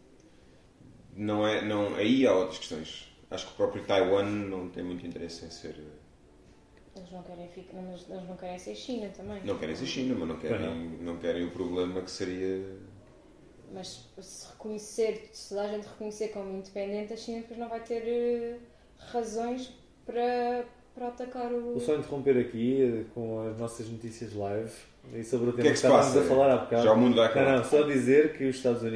Não, aí há outras questões. Acho que o próprio Taiwan não tem muito interesse em ser.
Eles não querem ser China também.
Não querem ser China, mas não querem o problema que seria.
Mas se a gente reconhecer como independente, a China depois não vai ter razões para atacar o...
Vou só interromper aqui com as nossas notícias live e sobre o tema
que é que
que
se
estávamos
passa?
a falar há bocado.
Já o mundo vai acabar.
Não, só dizer que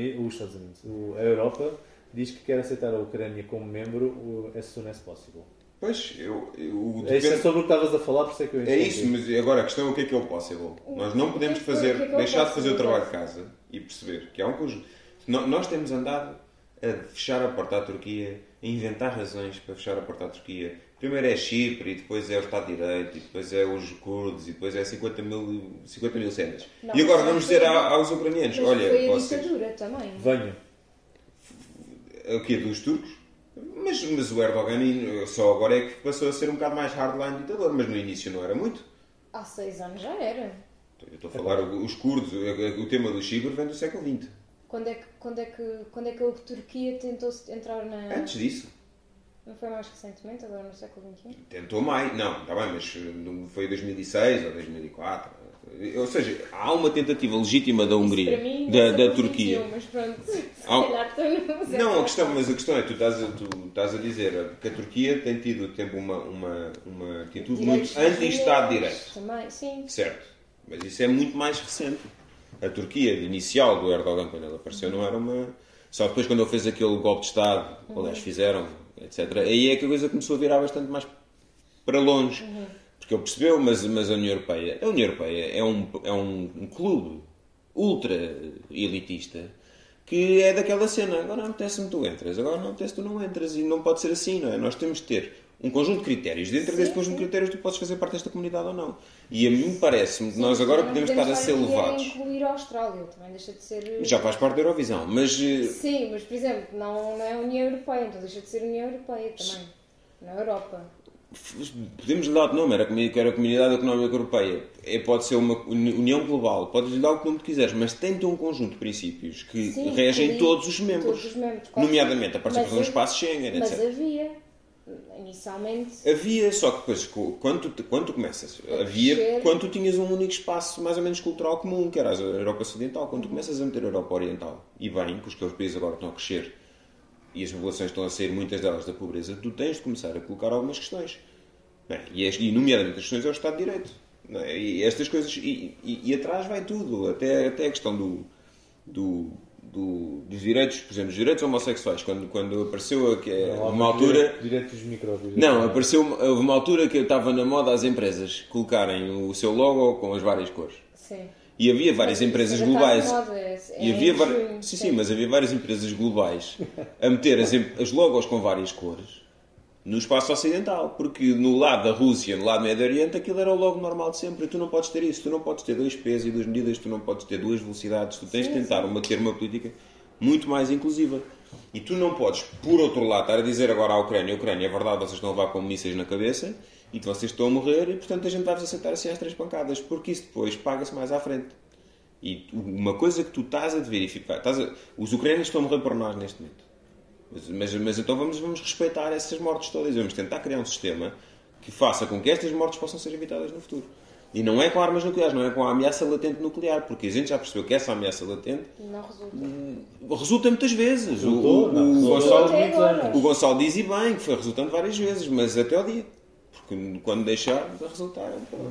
a Europa diz que quer aceitar a Ucrânia como membro as soon as possible.
Pois,
Isso é
depende-
sobre o que estavas a falar, por isso é que eu
é
interrompi.
isso, mas agora a questão é o que é o possible. Nós não podemos
o que é que é o
deixar de fazer o
possible?
trabalho de casa e perceber que há um conjunto. Nós temos andado a fechar a porta à Turquia, a inventar razões para fechar a porta à Turquia. Primeiro é Chipre, e depois é o Estado de Direito, e depois é os curdos, e depois é 50 mil cenas.
Não,
E agora
mas
vamos
foi-
dizer aos ucranianos,
Mas
olha,
foi a
vocês...
ditadura também.
Venha.
O quê? Dos turcos? Mas o Erdogan só agora é que passou a ser um bocado mais hardline ditador, mas no início não era muito.
Há 6 anos já era.
Eu estou a falar, os curdos, o tema do Chipre vem do século XX.
Quando é que a Turquia tentou entrar na...
Antes disso.
Não foi mais recentemente, agora no século XXI?
Tentou mais. Não, está bem, mas foi em 2006 ou 2004. Ou seja, há uma tentativa legítima da Hungria,
Para mim,
da
século
Turquia.
XXI, mas pronto, se
Há-
calhar estou no século
Não, mas a questão é, tu estás a dizer que a Turquia tem tido sempre uma atitude
Direitos
muito
das
anti-Estado de
mulheres
Direito.
Também, sim.
Certo. Mas isso é muito mais recente. A Turquia, inicial do Erdogan, quando ele apareceu, não era uma... Só depois, quando ele fez aquele golpe de Estado, aliás, fizeram, etc., aí é que a coisa começou a virar bastante mais para longe. Porque ele percebeu, mas a União Europeia é um clube ultra elitista que é daquela cena. Agora não apetece-me tu entras, agora não apetece tu não entras. E não pode ser assim, não é? Nós temos de ter um conjunto de critérios. Dentro desse conjunto de critérios tu podes fazer parte desta comunidade ou não. E a mim parece-me que nós agora podemos estar a ser levados.
incluir a Austrália, também deixa de ser...
Já faz parte da Eurovisão, mas...
Sim, mas por exemplo, não é a União Europeia, então deixa de ser a União Europeia também. Na Europa.
Podemos lhe dar outro nome, era a Comunidade Económica Europeia. Pode ser uma União Global, podes lhe dar o que nome quiseres, mas tem de ter um conjunto de princípios que
Sim,
regem
ali,
todos os membros.
todos os membros, claro.
Nomeadamente a participação no
Mas
espaço Schengen,
Mas
etc.
havia, inicialmente...
Havia, só que depois, quando tu começas, havia
crescer.
quando tu tinhas um único espaço mais ou menos cultural comum, que era a Europa Ocidental. Quando tu começas a meter a Europa Oriental, e bem, que os países agora estão a crescer, e as populações estão a sair, muitas delas, da pobreza, tu tens de começar a colocar algumas questões. Não é? E nomeadamente as questões é o Estado de Direito. Não é? E estas coisas... E atrás vai tudo. Até a questão dos direitos, por exemplo, dos direitos homossexuais, quando apareceu uma altura...
Direitos dos micróbios.
Não, houve uma altura que estava na moda as empresas colocarem o seu logo com as várias cores.
Sim.
E havia várias empresas globais.
Sim,
sim, mas havia várias empresas globais a meter as logos com várias cores no espaço ocidental, porque no lado da Rússia, no lado do Médio Oriente, aquilo era o logo normal de sempre. E tu não podes ter isso, tu não podes ter 2 pesos e 2 medidas, tu não podes ter 2 velocidades, tu tens de tentar ter uma política muito mais inclusiva. E tu não podes, por outro lado, estar a dizer agora à Ucrânia, é verdade, vocês estão a levar com mísseis na cabeça e que vocês estão a morrer e, portanto, a gente vai-vos aceitar assim às 3 pancadas, porque isso depois paga-se mais à frente. E uma coisa que tu estás a verificar, os ucranianos estão a morrer por nós neste momento. Mas então vamos respeitar essas mortes todas. Vamos tentar criar um sistema que faça com que estas mortes possam ser evitadas no futuro. E não é com armas nucleares, não é com a ameaça latente nuclear, porque a gente já percebeu que essa ameaça latente
não resulta.
Resulta muitas vezes. O Gonçalo diz e bem que foi resultando várias vezes, mas até ao dia. Porque quando deixar de resultar...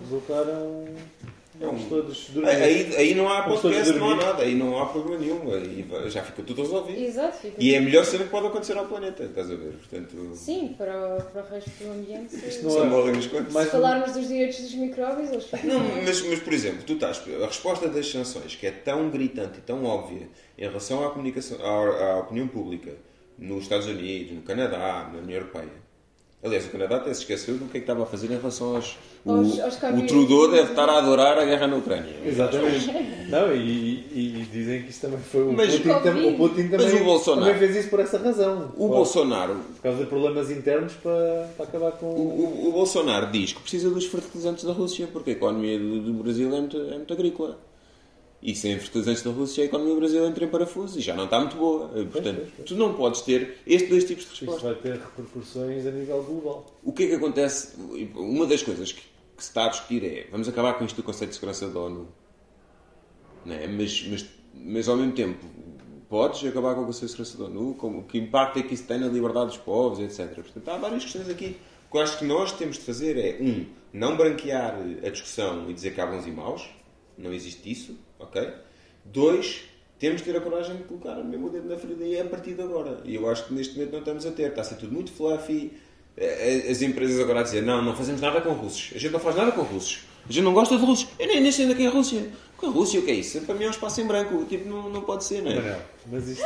Vamos todos dormir.
Aí não há podcast, não há nada, aí não há problema nenhum, aí já fica tudo resolvido.
Exato,
e é melhor saber o que pode acontecer ao planeta, estás a ver? Portanto,
sim, para o resto do ambiente.
Só morrem as coisas.
Se falarmos dos direitos dos micróbios, eles ficam.
Não, mas por exemplo, a resposta das sanções, que é tão gritante e tão óbvia em relação à comunicação, à opinião pública, nos Estados Unidos, no Canadá, na União Europeia. Aliás, o Canadá até se esqueceu do que é que estava a fazer em relação aos o Trudeau deve estar a adorar a guerra na Ucrânia.
Exatamente. Não, e dizem que isso também foi o Putin também fez isso por essa razão.
Bolsonaro...
Por causa de problemas internos para acabar com...
O Bolsonaro diz que precisa dos fertilizantes da Rússia, porque a economia do Brasil é muito agrícola. E sem fertilizantes da Rússia, a economia do Brasil entra em parafuso e já não está muito boa. Portanto, tu não podes ter estes 2 tipos de resposta.
Isto vai ter repercussões a nível global.
O que é que acontece? Uma das coisas que se está a discutir é, vamos acabar com isto do Conselho de Segurança da ONU. Não é? Mas ao mesmo tempo, podes acabar com o Conselho de Segurança da ONU? Que impacto é que isso tem na liberdade dos povos, etc. Portanto, há várias questões aqui. O que eu acho que nós temos de fazer é, não branquear a discussão e dizer que há bons e maus. Não existe isso. Ok? 2, temos de ter a coragem de colocar o mesmo dedo na ferida e é a partir de agora. E eu acho que neste momento não estamos a ter. Está a ser tudo muito fluffy. As empresas agora a dizer, não fazemos nada com russos. A gente não faz nada com russos. A gente não gosta de russos. Eu nem sei ainda quem é a Rússia. Com a Rússia, o que é isso? Para mim é um espaço em branco. Tipo, não pode ser, não é?
Não, mas isto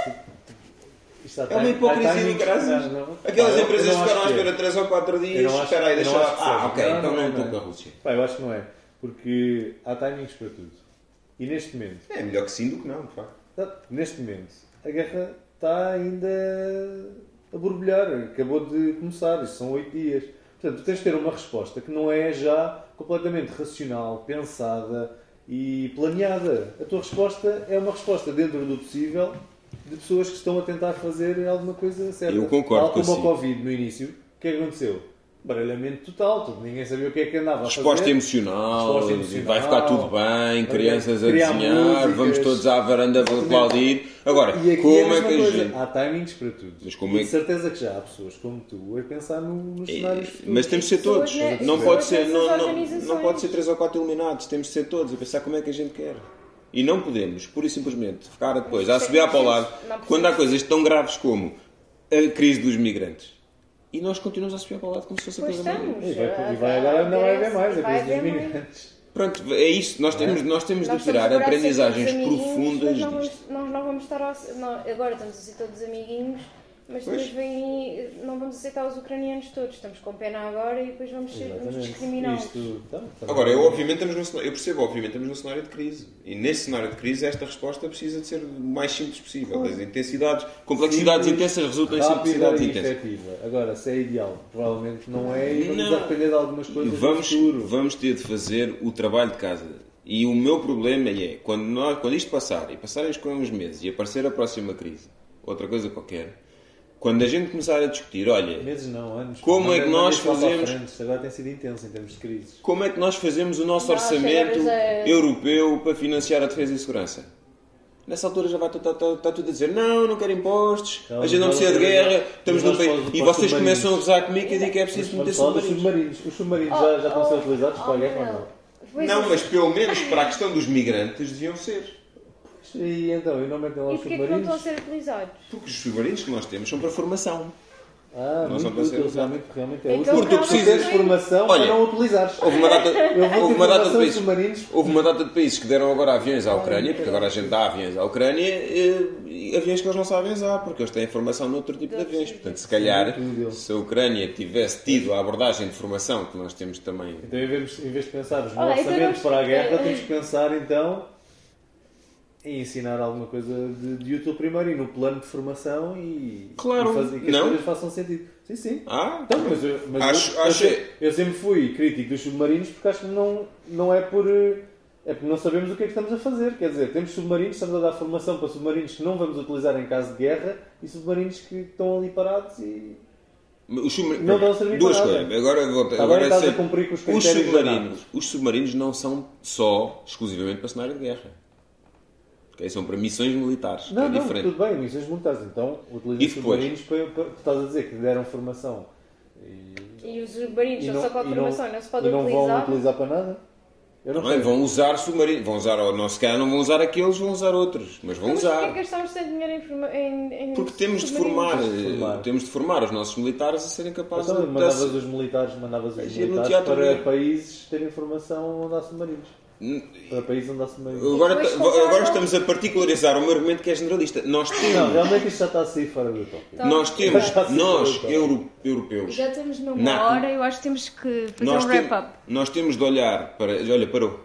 é uma hipocrisia de graças. Aquelas empresas ficaram à espera 3 ou 4 dias. Espera aí, ok, então não estou com a Rússia.
Eu acho que não é. Porque há timings para tudo. E neste momento...
É melhor que sim do que não, de facto.
Neste momento, a guerra está ainda a borbulhar. Acabou de começar. Isto são 8 dias. Portanto, tu tens de ter uma resposta que não é já completamente racional, pensada e planeada. A tua resposta é uma resposta dentro do possível de pessoas que estão a tentar fazer alguma coisa certa.
Eu concordo com
isso. Como o Covid no início, o que é que aconteceu? Baralhamento total, ninguém sabia o que é que andava a fazer.
Resposta emocional, vai ficar tudo bem, crianças a desenhar, vamos todos à varanda a aplaudir. Agora, como é que a gente...
Há timings para tudo. Mas como de certeza que já há pessoas como tu a pensar nos cenários futuros.
Mas temos de ser todos. Não pode ser 3 ou 4 eliminados. Temos de ser todos a pensar como é que a gente quer. E não podemos, pura e simplesmente, ficar depois a subir para o lado quando há coisas tão graves como a crise dos migrantes. E nós continuamos a subir para o lado como se fosse a coisa
mais.
E vai agora ainda vai haver mais a crise dos migrantes.
Pronto, é isso. Nós temos de tirar aprendizagens profundas disto.
Nós não vamos estar agora estamos a ser todos amiguinhos, mas depois não vamos aceitar os ucranianos todos. Estamos com pena agora e depois vamos discriminá-los.
Agora, eu percebo, obviamente estamos num cenário de crise. E nesse cenário de crise, esta resposta precisa de ser o mais simples possível. As intensidades, complexidades intensas resultam em simplicidades intensas.
Efetiva. Agora, se é ideal, provavelmente não é e vamos depender de algumas coisas do futuro.
Vamos ter de fazer o trabalho de casa. E o meu problema é, quando isto passar, e passarem uns meses, e aparecer a próxima crise, outra coisa qualquer, quando a gente começar a discutir, olha,
meses não, anos,
como é que nós fazemos...
Agora tem sido intenso em termos de crises.
Como é que nós fazemos o nosso orçamento europeu para financiar a defesa e segurança? Nessa altura já vai estar tudo a dizer, não quero impostos, a gente não precisa de guerra, estamos no país... E vocês começam a gozar comigo e a dizer que é preciso meter submarinos.
Os submarinos já estão a ser utilizados para a guerra ou não?
Não, mas pelo menos para a questão dos migrantes deviam ser.
E então, e não metem lá
E
os
porquê que não estão a
submarinos?
ser utilizados?
Porque os submarinos que nós temos são para formação.
Ah,
Não são
muito
para ser
útil,
usados.
realmente é
Então,
útil.
Porque tu
Tu
precisas-
tens formação
Olha,
para não utilizares.
Houve uma data,
Eu vou
houve
ter
uma data de
formação em
países.
submarinos.
Houve uma data de países que deram agora aviões à Ucrânia, porque agora a gente dá aviões à Ucrânia, e aviões que eles não sabem usar, porque eles têm formação noutro tipo de aviões. Portanto, se calhar,
Muito útil.
se a Ucrânia tivesse tido a abordagem de formação que nós temos também.
Então, em vez de pensarmos no
Olha, então
orçamento
não-
para a guerra, temos que pensar então em ensinar alguma coisa de útil primeiro e no plano de formação e,
Claro,
e fazer que as
não?
coisas façam sentido. Sim, sim.
Ah,
Então, eu sempre fui crítico dos submarinos porque acho que não é por. É porque não sabemos o que é que estamos a fazer. Quer dizer, temos submarinos, estamos a dar formação para submarinos que não vamos utilizar em caso de guerra e submarinos que estão ali parados e.
os submarinos,
Não estão a servir
duas
para nada.
coisas. Agora vou
Está
agora
bem, estás
sei-
a cumprir com os
os
critérios da NATO.
submarinos não são só exclusivamente para cenário de guerra. Ok? São para missões militares, que
Não,
é
não,
diferente.
tudo bem, missões militares. Então,
E
utilizam
depois?
submarinos para. Tu estás a dizer que deram formação
E os submarinos
e
são só com a formação, não se pode
e não vão
utilizar.
utilizar para nada? Eu não
Não é?
sei.
Vão usar submarinos, vão usar, ou não, se calhar não vão usar aqueles, vão usar outros, mas vão
Mas porquê
usar.
que gastamos tanto dinheiro em
Porque temos de
submarinos?
temos de formar os nossos militares a serem capazes
Então,
de
mandavas os militares
Agir no teatro
para
mesmo.
países terem formação onde há submarinos. Para países onde há submarinos.
Agora,
depois compraram-
agora estamos a particularizar o meu argumento que é generalista. Nós
Não,
temos,
realmente isto já está a sair fora do tópico.
Tá.
nós, temos,
Já está
nós
super
europeus,
Já estamos numa
Não.
hora, eu acho que temos que fazer
nós,
um
tem-
wrap-up.
nós temos de olhar para. Olha, parou.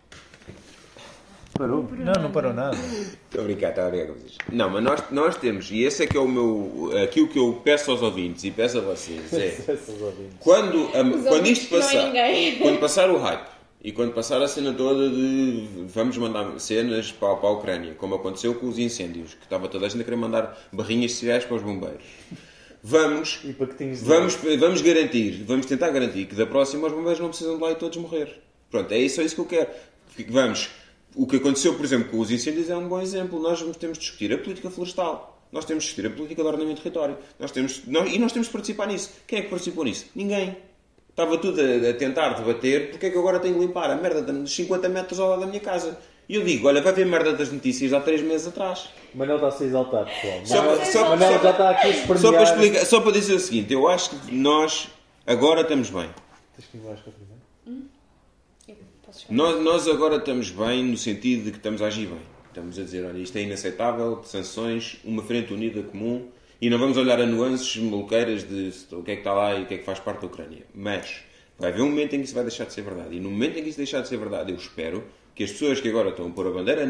Parou? Não parou nada.
Estou a brincar, está a brincar com vocês. Não, mas nós temos, e esse é que é o meu. Aquilo que eu peço aos ouvintes e peço a vocês é.
Essas ouvintes.
Quando
Os
isto
ouvintes que não é
passar,
ninguém.
quando passar o hype e quando passar a cena toda de vamos mandar cenas para a Ucrânia, como aconteceu com os incêndios, que estava toda a gente a querer mandar barrinhas de cereais para os bombeiros, vamos
E pacotinhos de
vamos tentar garantir que da próxima os bombeiros não precisam de lá e todos morrer. Pronto, é só isso que eu quero. O que aconteceu, por exemplo, com os incêndios é um bom exemplo. Nós temos de discutir a política florestal. Nós temos de discutir a política de ordenamento de território. Nós temos de participar nisso. Quem é que participou nisso? Ninguém. Estava tudo a tentar debater porque é que eu agora tenho de limpar a merda dos 50 metros ao lado da minha casa. E eu digo, olha, vai ver merda das notícias há 3 meses atrás.
Manel está a se exaltar, pessoal.
Só
Manel já está aqui a espernear.
só para dizer o seguinte, eu acho que nós agora estamos bem.
Tens que ir mais rápido, não é?
Eu posso chegar.
Nós agora estamos bem no sentido de que estamos a agir bem. Estamos a dizer, olha, isto é inaceitável, sanções, uma frente unida comum, e não vamos olhar a nuances maluqueiras de o que é que está lá e o que é que faz parte da Ucrânia. Mas vai haver um momento em que isso vai deixar de ser verdade. E no momento em que isso deixar de ser verdade, eu espero que as pessoas que agora estão a pôr a bandeira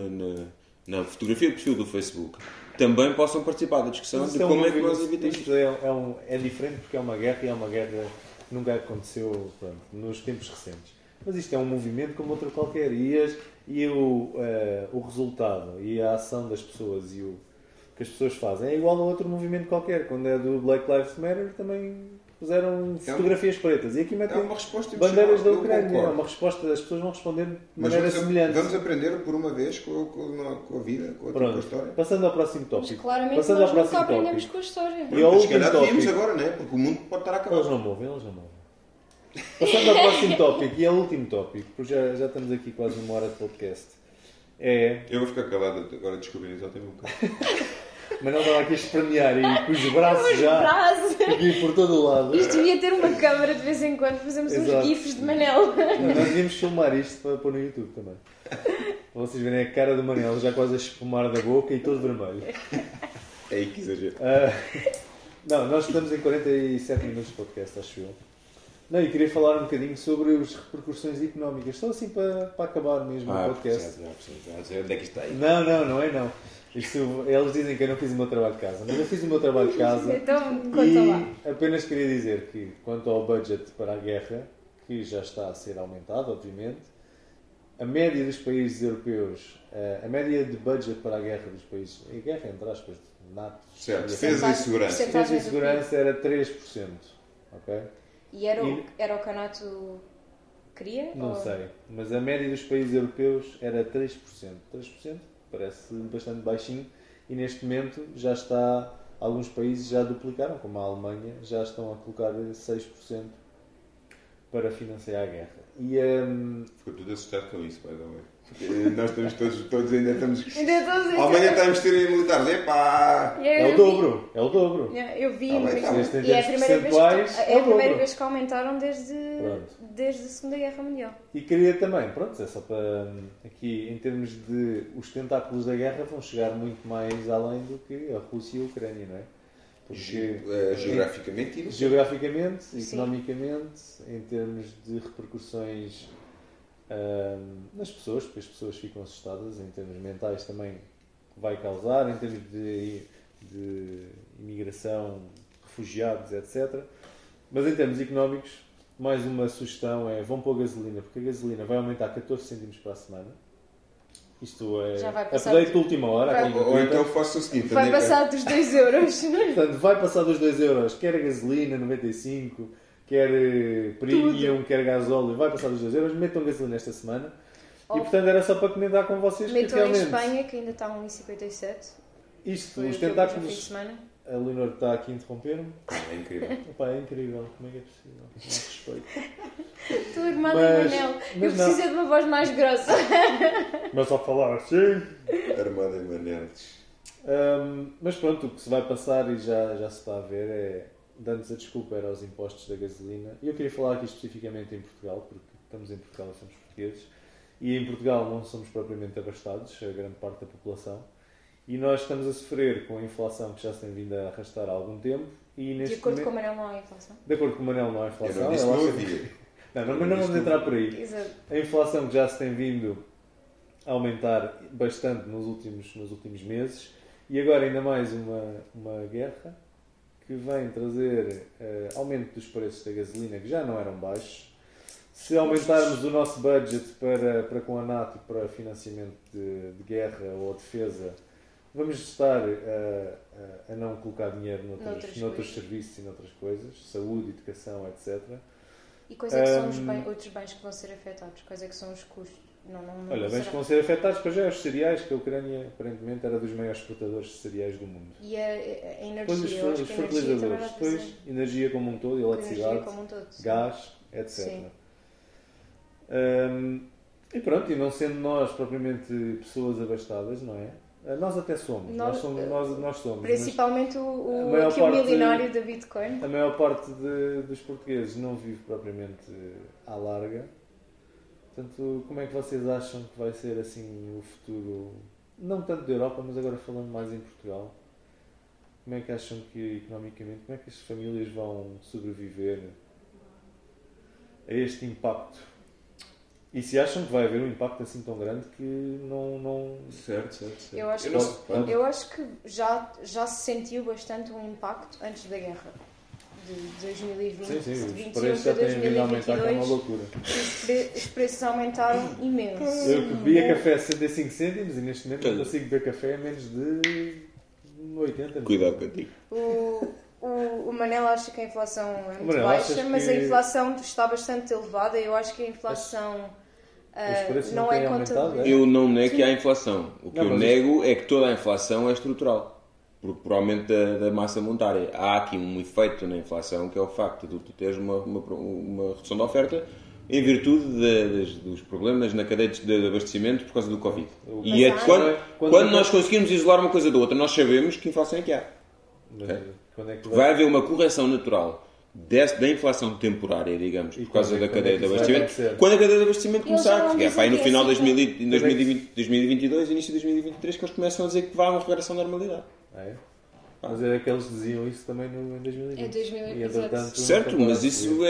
na fotografia de perfil do Facebook também possam participar da discussão de como é que nós evitamos
isto. É diferente porque é uma guerra e é uma guerra que nunca aconteceu pronto, nos tempos recentes. Mas isto é um movimento como outro qualquer. E o resultado e a ação das pessoas e o que as pessoas fazem é igual a outro movimento qualquer. Quando é do Black Lives Matter também puseram fotografias pretas. E aqui metem
uma resposta
bandeiras da
emocional, eu
Ucrânia. É
concordo.
uma resposta, as pessoas vão responder de
Mas
maneira semelhante.
vamos aprender por uma vez com a vida, com a
Pronto,
história.
passando ao próximo
Mas
tópico.
claramente
Passando
nós
ao
nunca
próximo
aprendemos
tópico.
com a história.
E ao
Se
último
calhar devíamos
tópico.
agora, não é? Porque o mundo pode estar a acabar.
Eles não movem. Passando ao próximo tópico e ao último tópico, porque já estamos aqui quase numa hora de podcast.
Eu vou ficar calado agora a descobrir exatamente o que
Mas não estava aqui a espernear e com os braços já
Braços.
aqui por todo o lado.
Isto devia ter uma câmara de vez em quando, fazemos uns
Exato.
gifs de Manel.
Nós devíamos filmar isto para pôr no YouTube também. Para vocês verem a cara do Manel já quase a espumar da boca e todo vermelho.
É aí que exagero.
Não, nós estamos em 47 minutos de podcast, acho eu. Não, e queria falar um bocadinho sobre as repercussões económicas, só assim para acabar mesmo o podcast.
Já sei onde é que isto está aí.
Não é não. Eles dizem que eu não fiz o meu trabalho de casa, mas eu fiz o meu trabalho de casa.
Então, conta lá.
E apenas queria dizer que, quanto ao budget para a guerra, que já está a ser aumentado, obviamente, a média dos países europeus, a média de budget para a guerra dos países, a guerra entre aspas, NATO,
Certo,
e
defesa e segurança.
defesa e segurança era 3%, ok?
E era o que a NATO queria?
Não
ou...
sei, mas a média dos países europeus era 3%. 3% parece bastante baixinho e neste momento já está, alguns países já duplicaram, como a Alemanha, já estão a colocar 6% para financiar a guerra. E
Ficou tudo assustado com isso, by the way.
Nós estamos todos ainda estamos.
Ainda estou a
Amanhã estamos ter militares. Epá!
É o dobro. É o dobro.
Eu vi,
Tá bem, tá
mas-
bem.
e é a primeira vez
Percentuais,
que,
é
é
o
a primeira
dobro.
vez que aumentaram
Pronto.
desde a Segunda Guerra Mundial.
E queria também, pronto, é só para aqui, em termos de os tentáculos da guerra vão chegar muito mais além do que a Rússia e a Ucrânia, não é? Porque
Geograficamente e
geograficamente,
Sim.
economicamente, em termos de repercussões nas pessoas, porque as pessoas ficam assustadas, em termos mentais também vai causar, em termos de imigração, refugiados, etc. Mas em termos económicos, mais uma sugestão é vão pôr gasolina, porque a gasolina vai aumentar 14 cêntimos para a semana. Isto é
Já vai passar
update de
de-
última hora.
vai-
aqui no
Ou
Twitter.
então faço o seguinte.
Vai
onde é que-
passar dos 2 euros.
Portanto, vai passar dos 2 euros, quer a gasolina 95, quer premium, quer gasóleo, vai passar dos 2 euros, metam gasolina esta semana.
Oh.
E portanto era só para comentar com vocês que
Metam em
realmente
Espanha, que ainda está a 1,57.
isto,
Foi
os
o que eu fiz no fim de
tentáculos,
semana.
a Leonor está aqui a interromper-me.
É incrível.
Opa, é incrível, como é que é possível? Não respeito.
Estou armada
Mas-
em Manel. Eu
mas não.
preciso é de uma voz mais grossa.
Mas só falar assim.
Armada em Manetes.
Mas pronto, o que se vai passar e já se está a ver é, dando-nos a desculpa, era os impostos da gasolina. E eu queria falar aqui especificamente em Portugal, porque estamos em Portugal e somos portugueses. E em Portugal não somos propriamente abastados, a grande parte da população. E nós estamos a sofrer com a inflação que já se tem vindo a arrastar há algum tempo. E
De
neste
acordo com o
momento,
Manel, não há inflação.
de acordo com o Manel, não há
Eu
inflação.
não disse
ela
que não
acha-
havia.
Não, mas não vamos entrar por aí.
Exato.
A inflação que já se tem vindo a aumentar bastante nos últimos meses e agora ainda mais uma guerra que vem trazer aumento dos preços da gasolina que já não eram baixos. Se aumentarmos o nosso budget para com a NATO e para financiamento de guerra ou defesa, vamos estar a não colocar dinheiro noutros
coisas.
serviços e noutras coisas, saúde, educação, etc.
E quais é que são os outros bens que vão ser afetados? Quais é que são os custos? Não
Olha, bens
será.
que vão ser afetados para já os cereais, que a Ucrânia aparentemente era dos maiores exportadores de cereais do mundo.
E a
Depois
energia, eu acho
os
que a energia também
fertilizadores,
vai
depois
fazer.
energia como um todo,
A energia
eletricidade,
como um todo. sim.
gás, etc.
Sim.
E pronto, e não sendo nós propriamente pessoas abastadas, não é? Nós até somos, nós somos, mas
Principalmente
a
o
maior
aqui o
parte-
milionário da Bitcoin.
a maior parte dos portugueses não vive propriamente à larga. Portanto, como é que vocês acham que vai ser assim o futuro, não tanto da Europa, mas agora falando mais em Portugal? Como é que acham que economicamente, como é que as famílias vão sobreviver a este impacto? E se acham que vai haver um impacto assim tão grande que não...
Certo.
Eu acho,
não
que,
sei.
eu acho que já se sentiu bastante um impacto antes da guerra. De 2020,
Sim,
de
os
21
preços
para
já têm vindo a aumentar, que é uma
2022,
loucura.
os preços aumentaram imenso.
Eu bebia café a 65 cêntimos e neste momento não consigo beber café a menos de 80.
Cuidado contigo.
O Manel acha que a inflação é muito
Manel,
baixa,
achas
mas
que-
a inflação está bastante elevada. Eu acho que a inflação
Os preços
não
não
é
têm aumentado,
contabilizada.
Eu não nego que há inflação. O que
Não,
eu
mas
nego é que toda a inflação é estrutural. Por aumento da massa monetária. Há aqui um efeito na inflação que é o facto de tu teres uma redução da oferta em virtude dos problemas na cadeia de abastecimento por causa do Covid. E é
Mas
quando nós conseguimos isolar uma coisa da outra, nós sabemos que inflação é que há.
Mas
Ok.
quando é que
Vai haver uma correção natural da inflação temporária, digamos,
E
por causa
quando é-
da cadeia de
quando é que isso vai
abastecimento.
acontecer?
Quando a cadeia de abastecimento
Eles
começar,
já
porque é
vão
para aí no
dizer
final de
que é assim.
2022, início de 2023, que eles começam a dizer que vai uma regressão da normalidade.
É? Mas é que eles diziam isso também em 2020.
É 2020,
E, entretanto,
Certo,
nunca
mas
vai
isso
subir.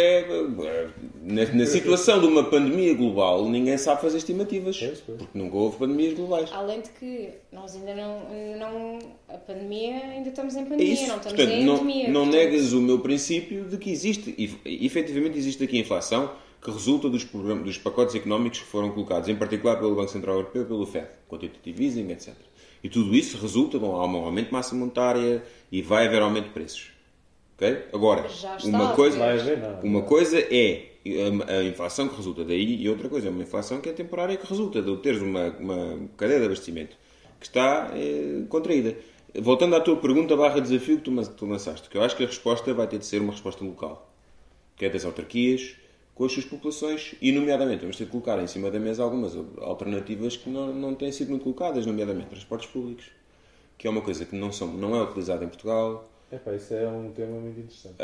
na situação de uma pandemia global, ninguém sabe fazer estimativas.
Pois.
Porque nunca houve pandemias globais.
Além de que nós ainda não a pandemia, ainda estamos em
É
pandemia,
isso.
não estamos
Portanto,
em
não
endemia.
não negas o meu princípio de que existe, e efetivamente existe aqui inflação que resulta dos pacotes económicos que foram colocados, em particular pelo Banco Central Europeu, pelo FED, quantitative easing, etc. E tudo isso resulta de um aumento de massa monetária e vai haver aumento de preços. Ok? Agora,
Já está
uma
a
coisa,
Vai haver, não.
uma coisa é a inflação que resulta daí e outra coisa é uma inflação que é temporária que resulta de teres uma cadeia de abastecimento que está contraída. Voltando à tua pergunta /desafio que tu lançaste, que eu acho que a resposta vai ter de ser uma resposta local, que é das autarquias, com as suas populações e, nomeadamente, vamos ter de colocar em cima da mesa algumas alternativas que não têm sido muito colocadas, nomeadamente transportes públicos, que é uma coisa que não é utilizada em Portugal.
Isso é um tema muito interessante.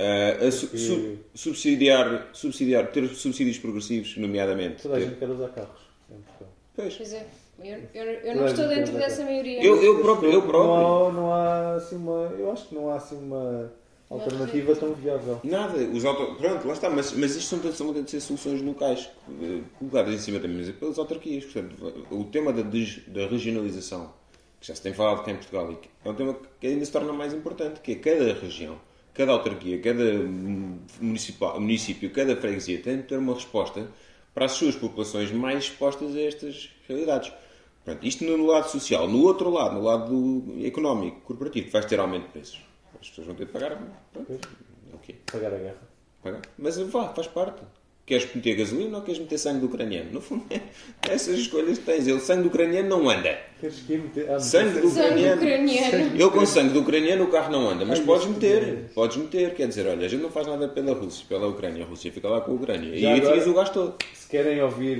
Subsidiar, ter subsídios progressivos, nomeadamente.
Toda a gente quer usar carros em Portugal.
Pois é, eu não estou dentro dessa maioria.
Eu próprio.
Não há assim eu acho que não há assim uma alternativa tão viável.
Nada, pronto, lá está, mas isto são de ser soluções locais colocadas em cima da mesa pelas autarquias. Portanto, o tema da regionalização, que já se tem falado cá em Portugal, é um tema que ainda se torna mais importante, que é cada região, cada autarquia, cada município, cada freguesia tem de ter uma resposta para as suas populações mais expostas a estas realidades. Pronto, isto no lado social. No outro lado, no lado económico, corporativo, vais ter aumento de preços. As pessoas vão ter de pagar. Pronto. Okay.
Pagar a guerra.
Mas faz parte. Queres meter gasolina ou queres meter sangue do ucraniano? No fundo, essas escolhas que tens. O sangue do ucraniano não anda.
Queres que meter
sangue do ucraniano. Eu com sangue do ucraniano o carro não anda. Mas podes meter. Quer dizer, olha, a gente não faz nada pela Rússia, pela Ucrânia. A Rússia fica lá com a Ucrânia. E aí tinhas o gasto todo.
Se querem ouvir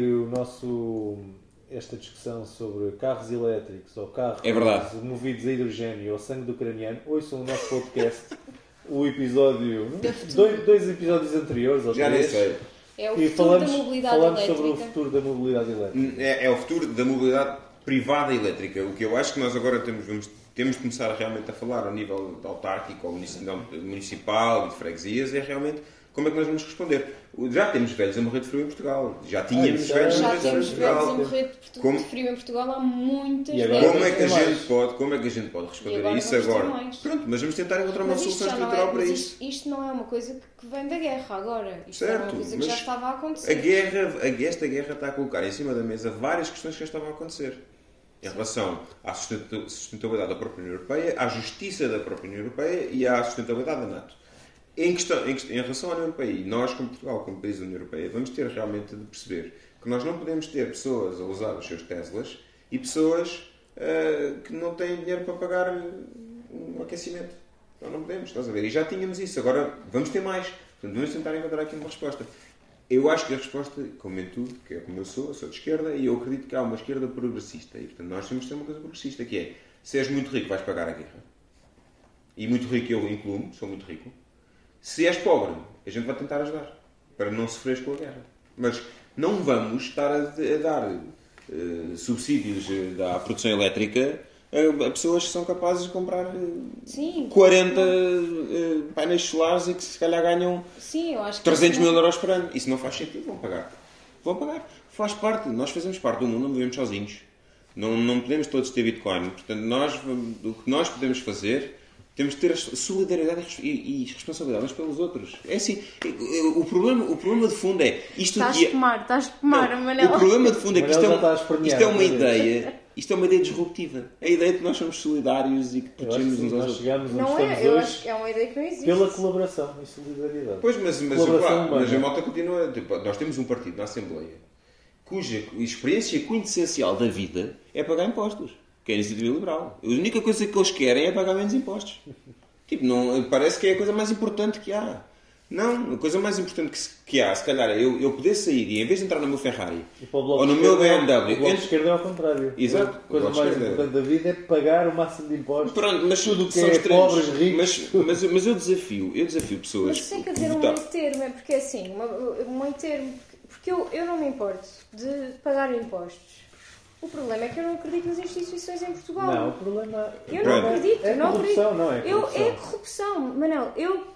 esta discussão sobre carros elétricos ou carros movidos a hidrogênio ou sangue do ucraniano, ouçam o nosso podcast, o episódio, dois episódios anteriores, ou
já
três,
nem sei.
É o futuro da mobilidade
falamos
elétrica.
sobre o futuro da mobilidade elétrica.
É o futuro da mobilidade privada elétrica. O que eu acho que nós agora temos de começar realmente a falar ao nível autárquico, ou municipal e de freguesias, é realmente como é que nós vamos responder. Já temos velhos a morrer de frio em Portugal. Já tínhamos velhos a morrer de frio em Portugal.
Há muitas vezes.
Como é que a gente pode responder a isso agora? Pronto, mas vamos tentar encontrar uma solução estrutural para isso.
Isto não é uma coisa que vem da guerra agora. Isto é uma coisa que já estava a acontecer.
Esta guerra está a colocar em cima da mesa várias questões que já estavam a acontecer. Em relação à sustentabilidade da própria União Europeia, à justiça da própria União Europeia e à sustentabilidade da NATO. Em relação à União Europeia, e nós, como Portugal, como país da União Europeia, vamos ter realmente de perceber que nós não podemos ter pessoas a usar os seus Teslas e pessoas que não têm dinheiro para pagar um aquecimento. Não podemos, estás a ver? E já tínhamos isso, agora vamos ter mais. Portanto, vamos tentar encontrar aqui uma resposta. Eu acho que a resposta, como em tudo, que é como eu sou de esquerda, e eu acredito que há uma esquerda progressista. E, portanto, nós temos de ter uma coisa progressista, que é, se és muito rico, vais pagar a guerra. E muito rico eu incluo-me, sou muito rico. Se és pobre, a gente vai tentar ajudar, para não sofreres com a guerra. Mas não vamos estar a dar subsídios à produção elétrica a pessoas que são capazes de comprar 40 painéis solares e que se calhar ganham 300 mil euros por ano. Isso não faz sentido, vão pagar. Faz parte, nós fazemos parte do mundo, não vivemos sozinhos. Não podemos todos ter Bitcoin. Portanto, o que nós podemos fazer, temos de ter solidariedade e responsabilidade uns pelos outros. É assim, o problema de fundo é...
Estás de pomar, Manel.
O problema de fundo é que isto é uma ideia disruptiva. A ideia de que nós somos solidários e que protegemos uns aos outros.
Eu acho que é uma ideia que não existe.
Pela colaboração e solidariedade.
Pois, mas a malta continua... nós temos um partido na Assembleia cuja experiência quintessencial da vida é pagar impostos. Que é a iniciativa liberal. A única coisa que eles querem é pagar menos impostos. Parece que é a coisa mais importante que há. Não, a coisa mais importante que há, se calhar, é eu poder sair e em vez de entrar no meu Ferrari ou no meu BMW...
O bloco de esquerda é ao contrário.
Exato.
A coisa mais importante da vida é pagar o máximo de impostos.
Pronto, mas
tudo que é pobres, ricos...
Mas eu desafio pessoas...
Mas tem que haver um meio termo, é porque assim, um meio termo... Porque eu não me importo de pagar impostos. O problema é que eu não acredito nas instituições em Portugal.
Não, o problema...
Eu não acredito.
É corrupção, não é?
É corrupção. Manel,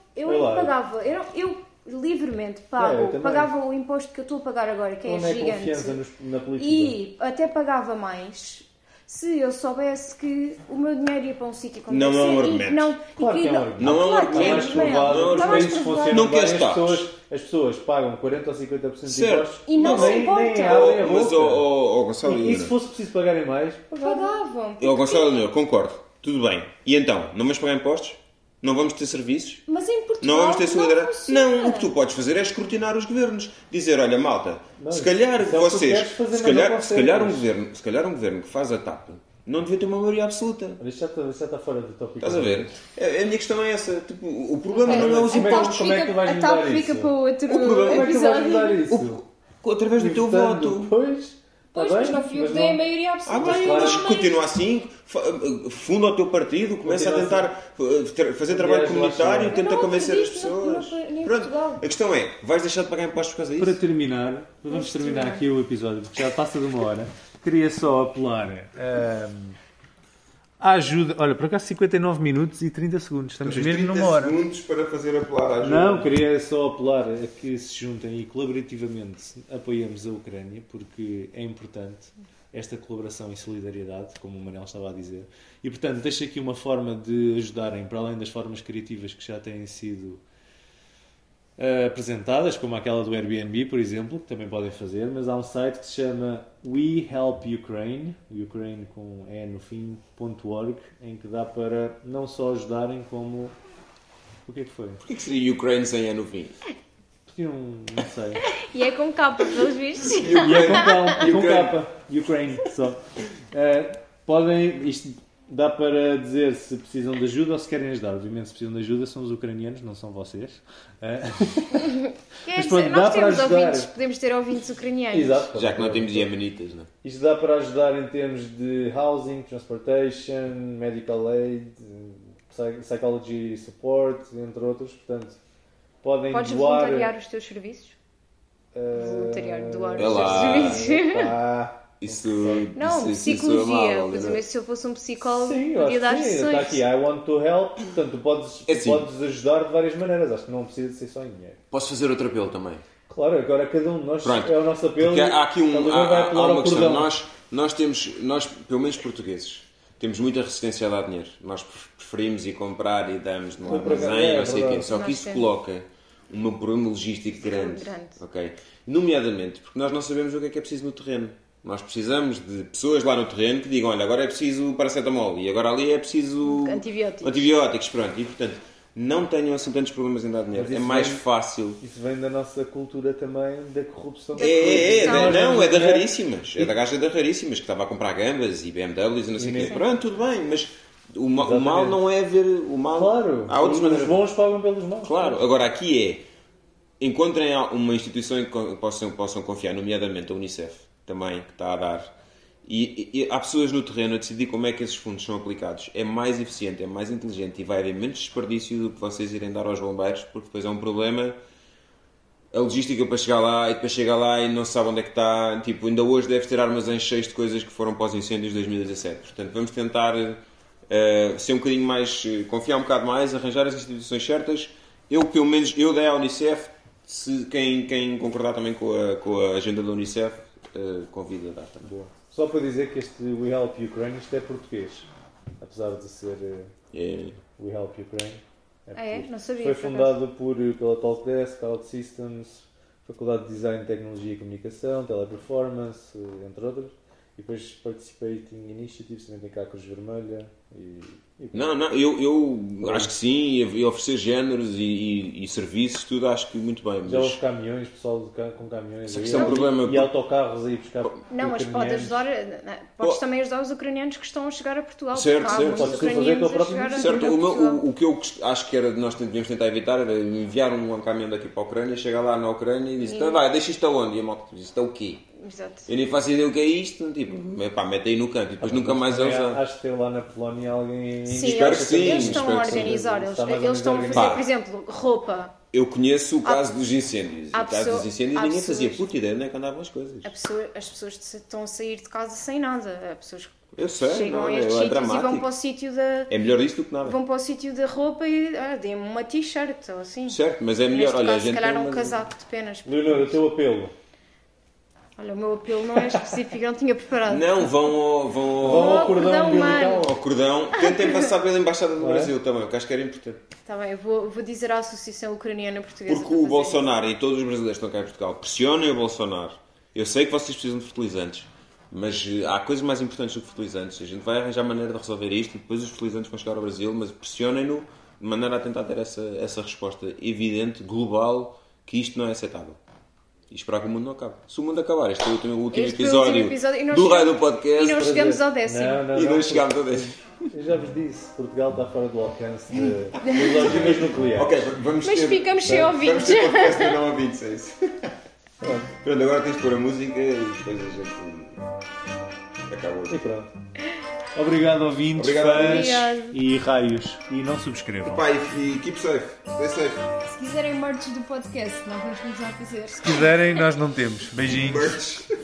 eu livremente pagava o imposto que eu estou a pagar agora, que é gigante.
Confiança na política.
E até pagava mais se eu soubesse que o meu dinheiro ia para um sítio como
não é um argumento. Não é um argumento. Não queres taxas.
As pessoas pagam 40% ou 50% de impostos
e não se importam.
Mas, Gonçalo
e se fosse preciso pagarem mais,
pagavam.
Gonçalo Leonor, concordo. Tudo bem. E então? Não vamos pagar impostos? Não vamos ter serviços?
Mas em Portugal
não vamos ter solidariedade? Não, o que tu podes fazer é escrutinar os governos. Dizer, olha, malta, se calhar vocês... Se calhar um governo que faz a TAP não devia ter uma maioria absoluta.
Mas já está fora do tópico.
Estás a ver? A minha questão é essa. Tipo, o problema não é os
Como é-
impostos.
como é que tu vais
A
mudar
TAP fica
isso?
para outro
O problema
Como é que tu vais mudar
episódio.
isso?
Através do teu
Votando
voto.
depois?
Pois,
Tá
mas
bem,
não fui eu que
mas
dei a
não-
maioria absoluta.
Bem,
claro.
mas continua assim, funda o teu partido, começa a
Continua
tentar fazer trabalho comunitário,
Eu
tenta
não
convencer as
acredito,
pessoas.
nem em
Pronto,
Portugal.
a questão é, vais deixar de pagar impostos por causa disso?
Para terminar, vamos terminar aqui o episódio, porque já passa de 1 hora. Queria só apelar à ajuda. Olha, por acaso 59 minutos e 30 segundos. Estamos
Tens
mesmo
30
numa hora.
segundos para fazer apelar à ajuda.
Não, queria só apelar a que se juntem e colaborativamente apoiemos a Ucrânia, porque é importante esta colaboração e solidariedade, como o Manel estava a dizer. E, portanto, deixo aqui uma forma de ajudarem, para além das formas criativas que já têm sido apresentadas, como aquela do Airbnb, por exemplo, que também podem fazer, mas há um site que se chama We Help Ukraine, Ukraine com E no fim, .org, em que dá para não só ajudarem, como... O que é que foi?
Porquê que seria Ukraine sem E no fim?
Podiam, não sei.
E é com capa, pelos vistos.
E é com
Ukraine.
capa. Ukraine, só. Podem, isto dá para dizer se precisam de ajuda ou se querem ajudar. Obviamente, se precisam de ajuda são os ucranianos, não são vocês.
Quer
Mas pronto,
dizer,
dá
nós
para
temos
ajudar.
ouvintes, podemos ter ouvintes ucranianos.
Exato.
Já que não temos iemenitas, não é?
Isto dá para ajudar em termos de housing, transportation, medical aid, psychology support, entre outros. Portanto, podem
Podes
doar...
voluntariar os teus serviços? Voluntariar, doar
É
os
lá.
teus serviços.
Isso,
Não,
isso é
psicologia.
amável,
Por
não é?
exemplo, se eu fosse um psicólogo,
Sim, eu acho
podia
que
dar
sim, está
sessões.
aqui, I want to help, portanto tu podes,
É assim.
podes ajudar de várias maneiras, acho que não precisa de ser só em dinheiro.
Posso fazer outro apelo também?
Claro, agora cada um de nós
Pronto.
é o nosso apelo.
Porque há aqui
cada vai
há
apelar ao
uma questão.
cordão.
Nós, pelo menos portugueses, temos muita resistência a dar dinheiro. Nós preferimos ir comprar e damos num
Foi para cá,
armazém,
é
não sei o quê.
verdade.
Só que
Nós
isso
temos.
coloca um problema logístico grande. Ok? Nomeadamente porque nós não sabemos o que é preciso no terreno. Nós precisamos de pessoas lá no terreno que digam, olha, agora é preciso paracetamol e agora ali é preciso antibióticos, pronto. E portanto, não tenham assim tantos problemas em dar dinheiro.
Mas
É
isso
mais
vem-
fácil.
Isso vem da nossa cultura também, da corrupção.
Não, é da
da
raríssimas. É da gaja da raríssimas, que estava a comprar gambas e BMWs e não sei o quê.
Sim.
Pronto, tudo bem, mas o mal
Exatamente.
não é ver o mal.
Claro,
Há outras
os
maneiras.
bons pagam pelos maus.
Claro, agora aqui é, encontrem uma instituição em que possam confiar, nomeadamente a Unicef, também, que está a dar. E há pessoas no terreno a decidir como é que esses fundos são aplicados. É mais eficiente, é mais inteligente e vai haver menos desperdício do que vocês irem dar aos bombeiros, porque depois é um problema a logística para chegar lá e depois chega lá e não se sabe onde é que está. Tipo, ainda hoje deve ter armazéns cheios de coisas que foram para os incêndios de 2017. Portanto, vamos tentar ser um bocadinho mais, confiar um bocado mais, arranjar as instituições certas. Eu, pelo menos, eu dei à Unicef. Se quem concordar também com a agenda da Unicef, convido a dar também.
Boa. Só para dizer que este We Help Ukraine, isto é português. Apesar de ser We Help Ukraine.
É? Não sabia.
Foi
por acaso.
fundado pela Talkdesk, Cloud Systems, Faculdade de Design, Tecnologia e Comunicação, Teleperformance, entre outros. E depois Participating Initiatives, também tem cá a Cruz Vermelha.
Não, eu acho que sim, e oferecer géneros e serviços, tudo acho que muito bem.
Já
Mas
houve caminhões, pessoal com caminhões
Só que
aí,
isso é um problema,
e autocarros aí buscar
Não, mas pode
ucranianos.
ajudar. Podes também ajudar os ucranianos que estão a chegar a Portugal.
Certo,
porque há
certo.
muitos
Podes fazer
ucranianos
a tua
a chegar
própria
a
certo,
Portugal.
o que eu acho que nós devíamos tentar evitar era enviar um caminhão daqui para a Ucrânia, chegar lá na Ucrânia e dizer, então vai, deixa isto aonde? E a malta diz, isto é o quê?
Exato.
Eu nem faço ideia o que é isto, tipo, pá, mete aí no canto e depois nunca mais a
Também
usar.
Acho que tem lá na Polónia alguém...
Sim,
Espero
eles,
que sim,
eles estão
espero
a
que sim.
organizar.
Está mais ou
Eles estão a
menos
fazer,
organizado.
por exemplo, roupa.
Eu conheço o caso dos incêndios.
há
O caso
pessoa-
dos incêndios
há
ninguém fazia
pessoas-
puta ideia onde é que andavam as coisas.
As pessoas estão a sair de casa sem nada. As pessoas
Eu sei,
chegam
não,
a
é
estes sítios e vão
dramático.
para o sítio da...
É melhor isso do que nada.
Vão para o sítio da roupa e dê-me uma t-shirt ou assim.
Certo, mas é melhor,
Neste
olha,
caso,
a gente
se calhar
tem
um
uma-
casaco de penas.
Leonor, o teu apelo.
Olha, o meu apelo não é específico, eu não tinha preparado.
Não, vão
Vão ao cordão
cordão
umbilical.
humano.
ao cordão. Tentem passar pela Embaixada do
Não é?
Brasil também, que acho que era importante.
Está bem, eu vou dizer à Associação Ucraniana Portuguesa.
Porque
para
o
fazer
Bolsonaro e todos os brasileiros que estão cá em Portugal pressionem o Bolsonaro. Eu sei que vocês precisam de fertilizantes, mas há coisas mais importantes do que fertilizantes. A gente vai arranjar maneira de resolver isto e depois os fertilizantes vão chegar ao Brasil, mas pressionem-no de maneira a tentar ter essa resposta evidente, global, que isto não é aceitável. E esperar que o mundo não acabe. Se o mundo acabar, este foi o último
Este foi o último
episódio
episódio
do Raio do Podcast.
E não chegamos ao 10º.
E não chegámos ao 10º.
Eu já vos disse, Portugal está fora do alcance das ogivas nucleares.
Ok, vamos
Mas
ter...
ficamos sem ouvintes.
Vamos ter podcast de não ouvintes, é isso. Pronto, agora tens de pôr a música e depois a gente... Acabou.
E pronto. Obrigado, ouvintes, fãs e raios. E não subscrevam.
Pai, e keep safe. Stay safe.
Se quiserem merch do podcast, não vamos começar a fazer.
Se quiserem, nós não temos. Beijinhos.
Merch.